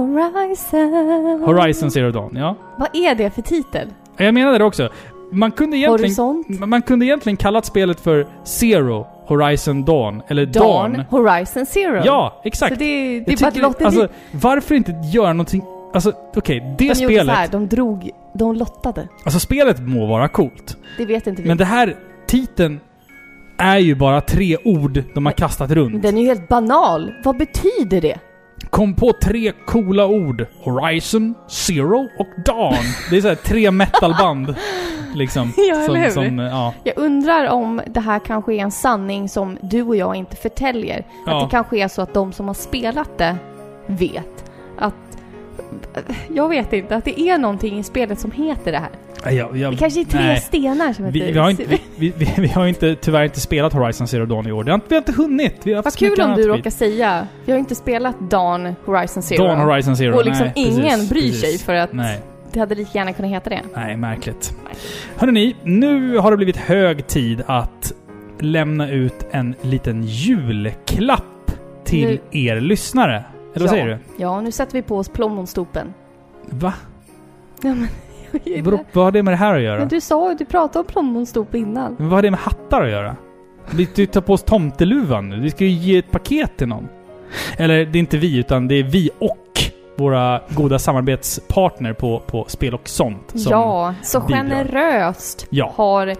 Horizon Zero Dawn, ja. Vad är det för titel? Jag menade det också. Man kunde egentligen kallat spelet för Zero Horizon Dawn. Eller Dawn Horizon Zero. Ja, exakt. Så det är bara ett lotteri. Alltså, varför inte göra någonting... Alltså, okej, det spelet... Gjorde så här, de lottade. Alltså, spelet må vara coolt. Det vet inte vi. Men det här, titeln är ju bara 3 ord de har kastat runt. Den är ju helt banal. Vad betyder det? Kom på 3 coola ord. Horizon, Zero och Dawn. Det är så här 3 metalband. Liksom. Ja, eller hur? Ja. Jag undrar om det här kanske är en sanning som du och jag inte förtäljer. Ja. Att det kanske är så att de som har spelat det vet att... Jag vet inte, att det är någonting i spelet som heter det här. Det kanske är 3 stenar som heter... Vi har inte, tyvärr inte spelat Horizon Zero Dawn i år. Vi har inte hunnit. Vad kul om du råkar säga. Vi har inte spelat Dawn Horizon Zero. Dawn Horizon Zero. Och liksom ingen bryr sig för att nej. Det hade lika gärna kunnat heta det. Nej, märkligt. Hörrni, nu har det blivit hög tid att lämna ut en liten julklapp till er lyssnare. Eller vad säger du? Ja, nu sätter vi på oss plommonstopen. Va? Ja, men vad har det med det här att göra? Men du pratade om plommonstop innan. Men vad har det med hattar att göra? Vi tar på oss tomteluvan nu. Vi ska ju ge ett paket till någon. Eller det är inte vi, utan det är vi och våra goda samarbetspartner på Spel och sånt. Ja, så bidrar. Generöst har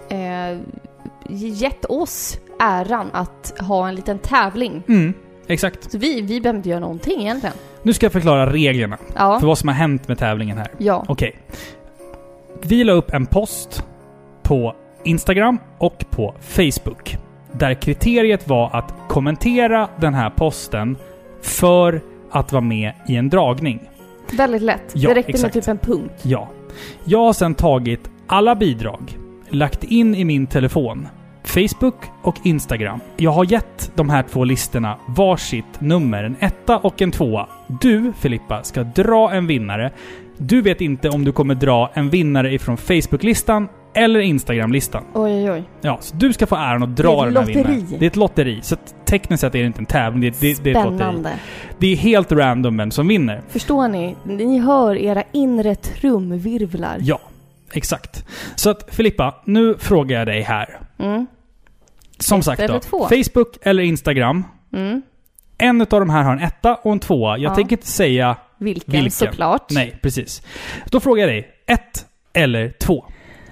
gett oss äran att ha en liten tävling. Exakt. Så vi behöver inte göra någonting egentligen. Nu ska jag förklara reglerna för vad som har hänt med tävlingen här. Ja. Okej. Vi la upp en post på Instagram och på Facebook. Där kriteriet var att kommentera den här posten för att vara med i en dragning. Väldigt lätt. Ja, det räckte exakt. med typ en punkt. Ja. Jag har sedan tagit alla bidrag, lagt in i min telefon, Facebook och Instagram. Jag har gett de här 2 listorna varsitt nummer, en 1 och en 2. Du, Filippa, ska dra en vinnare. Du vet inte om du kommer dra en vinnare ifrån Facebook-listan eller Instagram-listan. Oj. Ja, så du ska få äran att dra den här vinnaren. Det är ett lotteri. Så tekniskt sett är det inte en tävling. Det är ett lotteri. Det är helt random vem som vinner. Förstår ni? Ni hör era inre trumvirvlar. Ja, exakt. Så att Filippa, nu frågar jag dig här. Som sagt då, Facebook eller Instagram. En av de här har en 1 och en 2. Jag tänker inte säga vilken. Såklart. Nej, precis. Då frågar jag dig, 1 eller 2?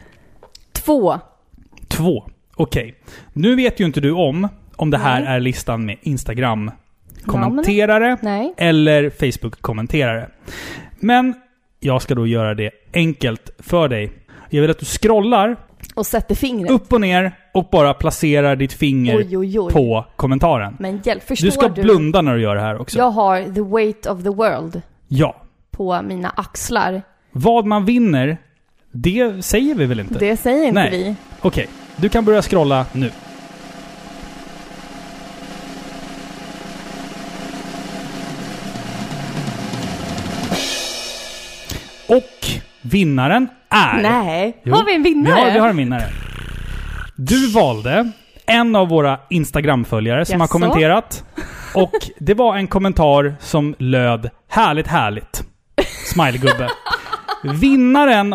2. Okej. Nu vet ju inte du om det här är listan med Instagram-kommenterare eller Facebook-kommenterare. Men jag ska då göra det enkelt för dig. Jag vill att du scrollar och sätter fingret upp och ner och bara placerar ditt finger på kommentaren. Men förstår du ska blunda när du gör det här också. Jag har the weight of the world på mina axlar. Vad man vinner, det säger vi väl inte? Det säger inte vi. Okej, du kan börja scrolla nu. Och vinnaren är... Nej, har vi en vinnare? Vi har en vinnare. Du valde en av våra Instagram-följare som har kommenterat. Och det var en kommentar som löd härligt. Smilegubbe. Vinnaren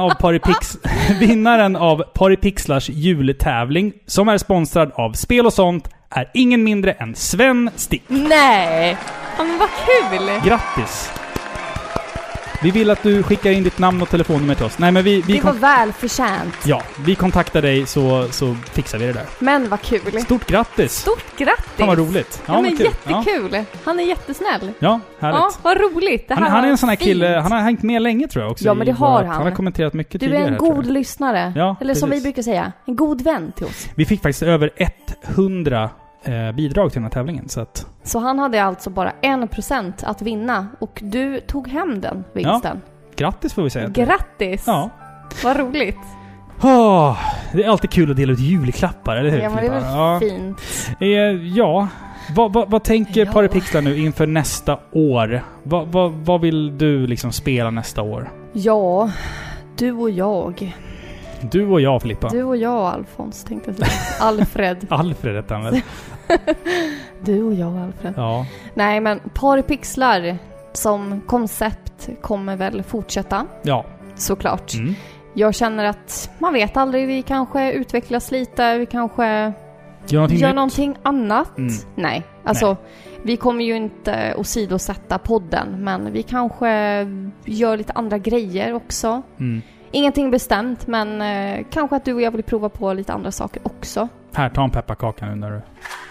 av Paripixlars jultävling som är sponsrad av Spel och sånt är ingen mindre än Sven Stick. Nej, men vad kul! Grattis! Vi vill att du skickar in ditt namn och telefonnummer till oss. Nej, men det var väl förtjänt. Ja, vi kontaktar dig så fixar vi det där. Men vad kul. Stort grattis. Stort grattis. Fan vad roligt. Ja men jättekul. Ja. Han är jättesnäll. Ja, härligt. Ja, vad roligt. Det här han är en sån här kille, han har hängt med länge tror jag också. Ja, men det har han. Han har kommenterat mycket tidigare. Du är en god lyssnare. Ja, eller som vi brukar säga, en god vän till oss. Vi fick faktiskt över 100 bidrag till den här tävlingen. Så han hade alltså bara 1% att vinna och du tog hem den vinsten. Ja, Grattis får vi säga. Grattis! Ja. Vad roligt. Det är alltid kul att dela ut julklappar, eller hur? Ja, men det är väl fint. Ja. Vad tänker Paripixlar nu inför nästa år? Vad vill du liksom spela nästa år? Ja, du och jag. Du och jag, Filippa. Du och jag, Alfons, tänkte jag säga. Alfred. Alfred heter han väl? Du och jag, Alfred. Ja. Nej, men Paripixlar som koncept kommer väl fortsätta. Ja. Såklart. Mm. Jag känner att man vet aldrig, vi kanske utvecklas lite, vi kanske gör någonting annat. Mm. Nej, alltså vi kommer ju inte åsidosätta podden, men vi kanske gör lite andra grejer också. Mm. Ingenting bestämt, men kanske att du och jag vill prova på lite andra saker också. Här, ta en pepparkaka nu när du...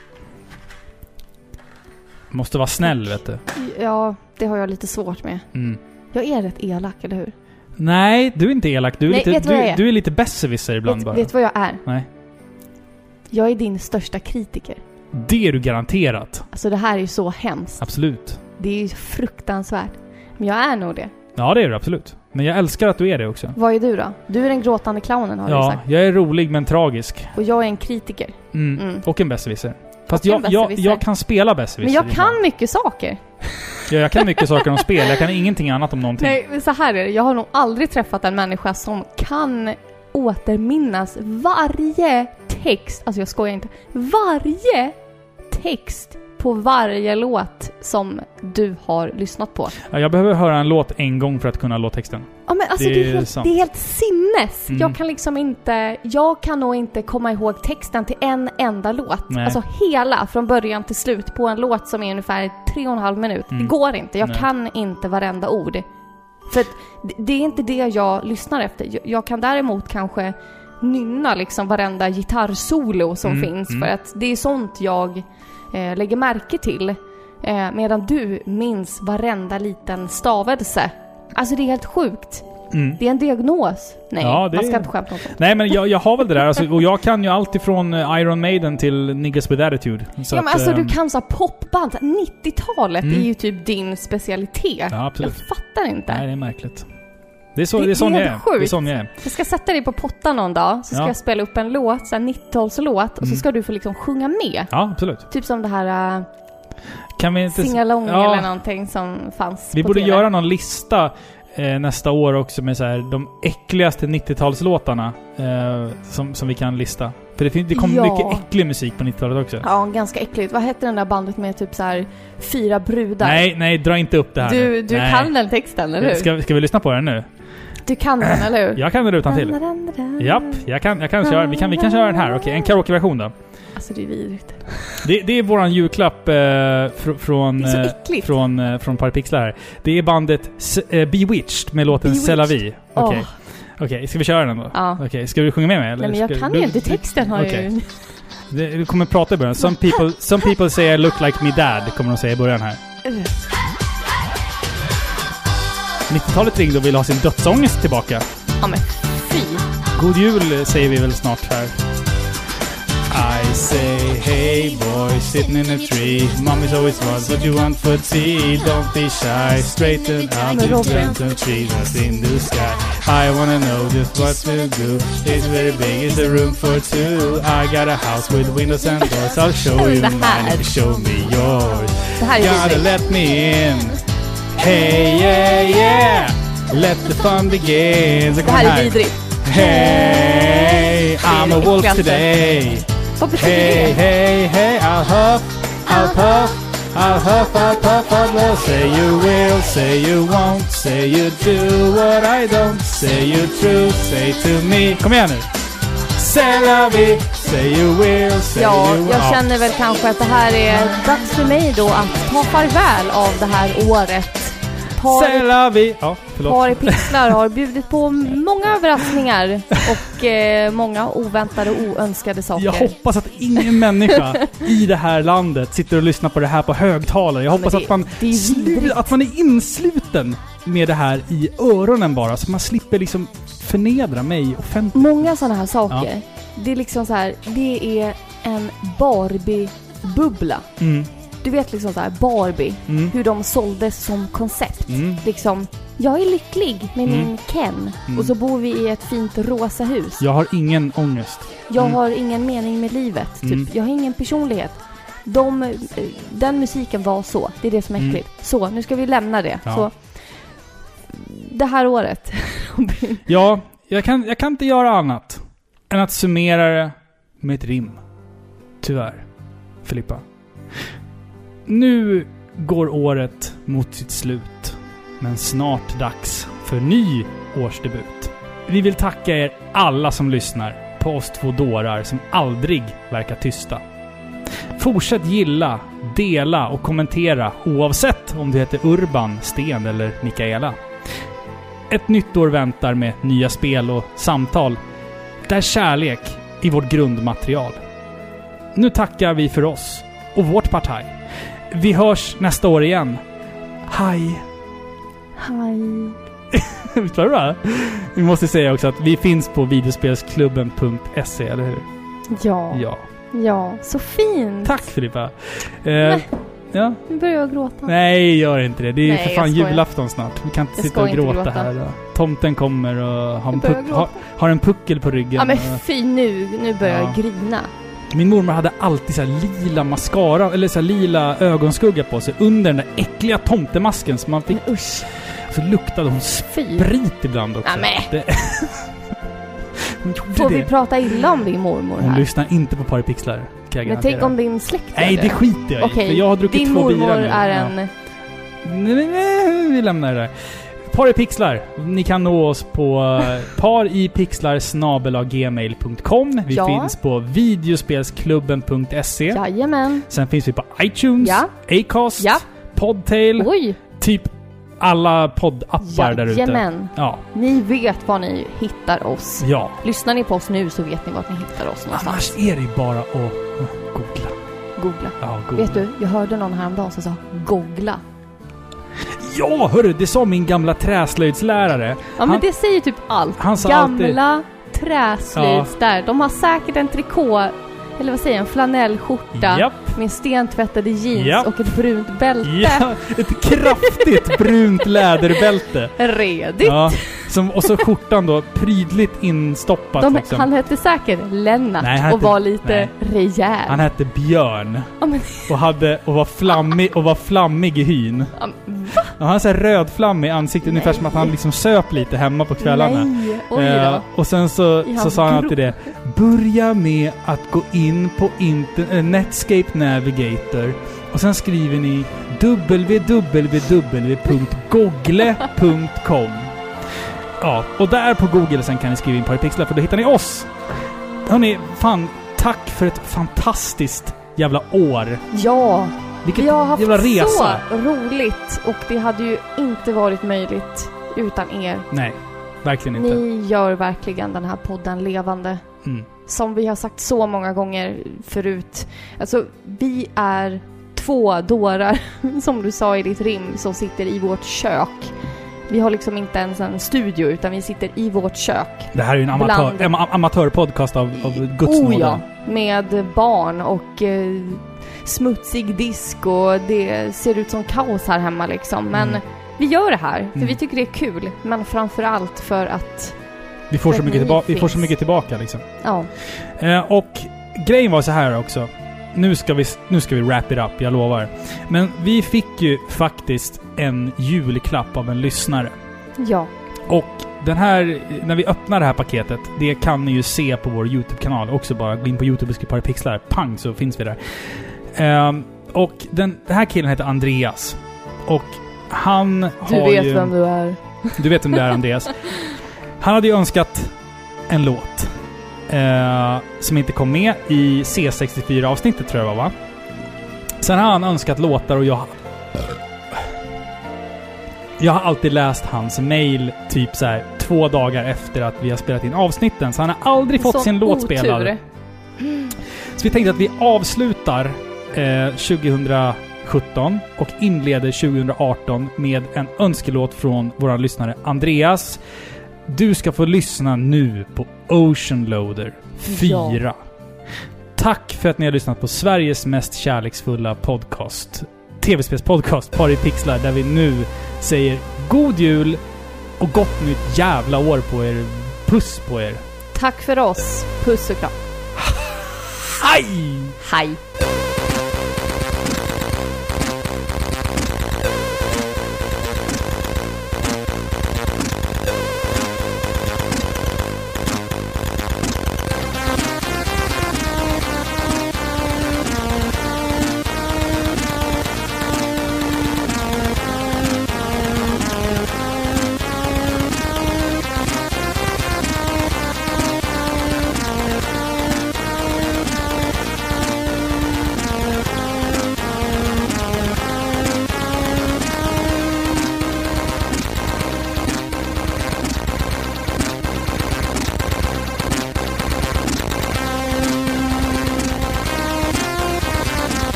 Måste vara snäll, vet du. Ja, det har jag lite svårt med. Mm. Jag är rätt elak, eller hur? Nej, du är inte elak. Du är lite besserwisser ibland bara. Vet vad jag är? Nej. Jag är din största kritiker. Det är du garanterat. Alltså det här är ju så hemskt. Absolut. Det är ju fruktansvärt. Men jag är nog det. Ja, det är du absolut. Men jag älskar att du är det också. Vad är du då? Du är den gråtande clownen, har du sagt. Ja, jag är rolig men tragisk. Och jag är en kritiker. Och en besserwisser. Fast jag kan spela besserwisser. Men jag kan mycket saker. Ja, jag kan mycket saker om spel. Jag kan ingenting annat om någonting. Nej, så här är det. Jag har nog aldrig träffat en människa som kan återminnas varje text. Alltså jag skojar inte. Varje text på varje låt som du har lyssnat på. Ja, jag behöver höra en låt en gång för att kunna låttexten. Ja, men alltså det är helt sinnes. Jag kan nog inte komma ihåg texten till en enda låt. Nej. Alltså hela, från början till slut på en låt som är ungefär 3,5 minut. Det går inte. Jag kan inte varenda ord. För att det är inte det jag lyssnar efter. Jag kan däremot kanske nynna liksom varenda gitarrsolo som finns. För att det är sånt jag lägger märke till. Medan du minns varenda liten stavelse. Alltså det är helt sjukt. Det är en diagnos. Nej, ja, man ska inte skämta om det. Nej, men jag har väl det där. Alltså, och jag kan ju allt ifrån Iron Maiden till Niggas with Attitude. Så ja, men alltså du kan så popband. 90-talet är ju typ din specialitet. Ja, absolut. Jag fattar inte. Nej, det är märkligt. Det är sån jag är. Jag ska sätta dig på pottan någon dag. Så ska jag spela upp en låt, en 90-talslåt. Och så ska du få liksom sjunga med. Ja, absolut. Typ som det här... Kan vi inte... Singalong eller någonting som fanns vi på borde TV. Göra någon lista nästa år också med så här, de äckligaste 90-talslåtarna som vi kan lista. För det kommer mycket äcklig musik på 90-talet också. Ja, ganska äckligt. Vad heter den där bandet med typ så här 4 brudar? Nej, dra inte upp det här. Du kan den texten, eller hur? Ska vi lyssna på den nu? Du kan den, eller hur? Jag kan den utan till. Japp, jag kan köra. Vi kan köra den här. Okej, en karaokeversion då. Alltså det är vidrigt. Det är våran julklapp från Paripixlar här. Det är bandet Bewitched med låten C'est la vie. Okej, ska vi köra den då? Ja. Okej, ska du sjunga med mig? Eller? Nej, men jag kan ju inte texten. Du kommer prata i början. Some people say I look like me dad, kommer de säga i början här. 90-talet ringde och ville ha sin dödsångest tillbaka. Ja, men fy. God jul säger vi väl snart här. I say, hey boy, sitting in a tree. Mommy's always what you want for tea. Don't be shy, straighten out the plant tree that's in the sky. I wanna know just what to do. It's very big, it's a room for two. I got a house with windows and doors. I'll show you mine if you show me yours. Gotta let me in. Hey, yeah. Let the fun begin. Det här är vidrigt. Hey, I'm a wolf today. Hey, I'll huff, I'll puff, I'll blow. Say you will, say you won't, say you do what I don't, say you true, say to me. Kom igen nu. C'est la vie, say you will, say you won't. Jag känner väl kanske att det här är dags för mig då att ta farväl av det här året. Paripixlar har bjudit på många överraskningar och många oväntade och oönskade saker. Jag hoppas att ingen människa i det här landet sitter och lyssnar på det här på högtalare. Jag hoppas att man är insluten med det här i öronen bara, så man slipper liksom förnedra mig offentligt. Många sådana här saker. Ja. Det är liksom så här, det är en Barbie-bubbla. Du vet liksom så här Barbie, hur de såldes som koncept. Liksom Jag är lycklig med min Ken. Och så bor vi i ett fint rosa hus. Jag har ingen ångest. Jag har ingen mening med livet. Typ. Jag har ingen personlighet. Den musiken var så. Det är det som är äckligt. Så, nu ska vi lämna det. Ja. Så, det här året. Ja, jag kan inte göra annat än att summera det med ett rim. Tyvärr, Filippa. Nu går året mot sitt slut. Men snart dags för ny årsdebut. Vi vill tacka er alla som lyssnar på oss två dårar som aldrig verkar tysta. Fortsätt gilla, dela och kommentera oavsett om du heter Urban, Sten eller Mikaela. Ett nytt år väntar med nya spel och samtal. Där kärlek i vårt grundmaterial. Nu tackar vi för oss och vårt parti. Vi hörs nästa år igen. Hej! Hej! Visst var det bra? Vi måste säga också att vi finns på videospelsklubben.se, eller hur? Ja. Ja, så fint! Tack Filippa! Ja. Nu börjar jag gråta. Nej, gör inte det. Det är för fan julafton snart. Vi kan inte sitta och gråta här. Då. Tomten kommer och har en puckel på ryggen. Ja, men fy nu börjar jag grina. Min mormor hade alltid så här lila mascara eller så här lila ögonskugga på sig under den där äckliga tomtemasken som man fick. Men usch. Så luktade hon sprit ibland också. Ja, får vi prata illa om din mormor här? Hon lyssnar inte på Paripixlar. Men tänk om din släkt. Nej, det skiter jag i. Okej, för jag har druckit 2 bira nu. Din mormor är en... Nej, vi lämnar det där. Paripixlar. Ni kan nå oss på paripixlar@gmail.com. Vi finns på videospelsklubben.se. Jajamän. Sen finns vi på iTunes, Acast, Podtail. Oj. Typ alla poddappar där ute. Jajamän. Ja. Ni vet var ni hittar oss. Ja. Lyssnar ni på oss nu så vet ni vart ni hittar oss någonstans. Annars är det bara att googla. Ja, googla. Vet du, jag hörde någon häromdagen som sa googla. Ja, hörru, det sa min gamla träslöjdslärare. Ja, men det säger typ allt. Han sa gamla träslöjds där. De har säkert en trikå, eller vad säger jag, en flanellskjorta med stentvättade jeans och ett brunt bälte. Ja, ett kraftigt brunt läderbälte. Redigt. Ja, och så skjortan då prydligt instoppat. Liksom. Han hette säkert Lennart och var lite rejäl. Han hette Björn. Och var flammig i hyn. Och han har så här rödflammig i ansiktet, ungefär som att han liksom söp lite hemma på kvällarna. Nej, oj då. Och sen så sa han alltid det. Börja med att gå in på Netscape Navigator och sen skriver ni www.google.com. Ja, och där på Google sen kan ni skriva in Paripixlar, för då hittar ni oss. Hörrni, fan, tack för ett fantastiskt jävla år. Ja, vi har haft jävla resa. Så roligt, och det hade ju inte varit möjligt utan er. Nej, verkligen inte. Ni gör verkligen den här podden levande. Som vi har sagt så många gånger förut. Alltså, vi är 2 dårar, som du sa i ditt rim, som sitter i vårt kök. Vi har liksom inte ens en studio, utan vi sitter i vårt kök. Det här är ju en amatörpodcast av Guds nåde. Ja, med barn och smutsig disk, och det ser ut som kaos här hemma liksom. Men vi gör det här, för vi tycker det är kul. Men framförallt för att vi får så mycket tillbaka liksom. Ja. Och grejen var så här också. Nu ska vi wrap it up, jag lovar. Men vi fick ju faktiskt en julklapp av en lyssnare. Ja. Och den här, när vi öppnar det här paketet, det kan ni ju se på vår YouTube-kanal också. Bara gå in på YouTube och skriva Paripixlar. Pang, så finns vi där. Och den här killen heter Andreas. Och han har Du vet vem du är. Du vet vem du är, Andreas. Han hade ju önskat en låt som inte kom med i C64-avsnittet, tror jag va? Sen har han önskat låtar, och jag har alltid läst hans mail typ så här 2 dagar efter att vi har spelat in avsnitten, så han har aldrig fått sin låt spelad. Så vi tänkte att vi avslutar 2017 och inleder 2018 med en önskelåt från våra lyssnare Andreas. Du ska få lyssna nu på Ocean Loader 4. Ja. Tack för att ni har lyssnat på Sveriges mest kärleksfulla podcast. TV-spelspodcast, Paripixlar, där vi nu säger God jul och gott nytt jävla år på er. Puss på er. Tack för oss. Puss och kram. Hej! Hej.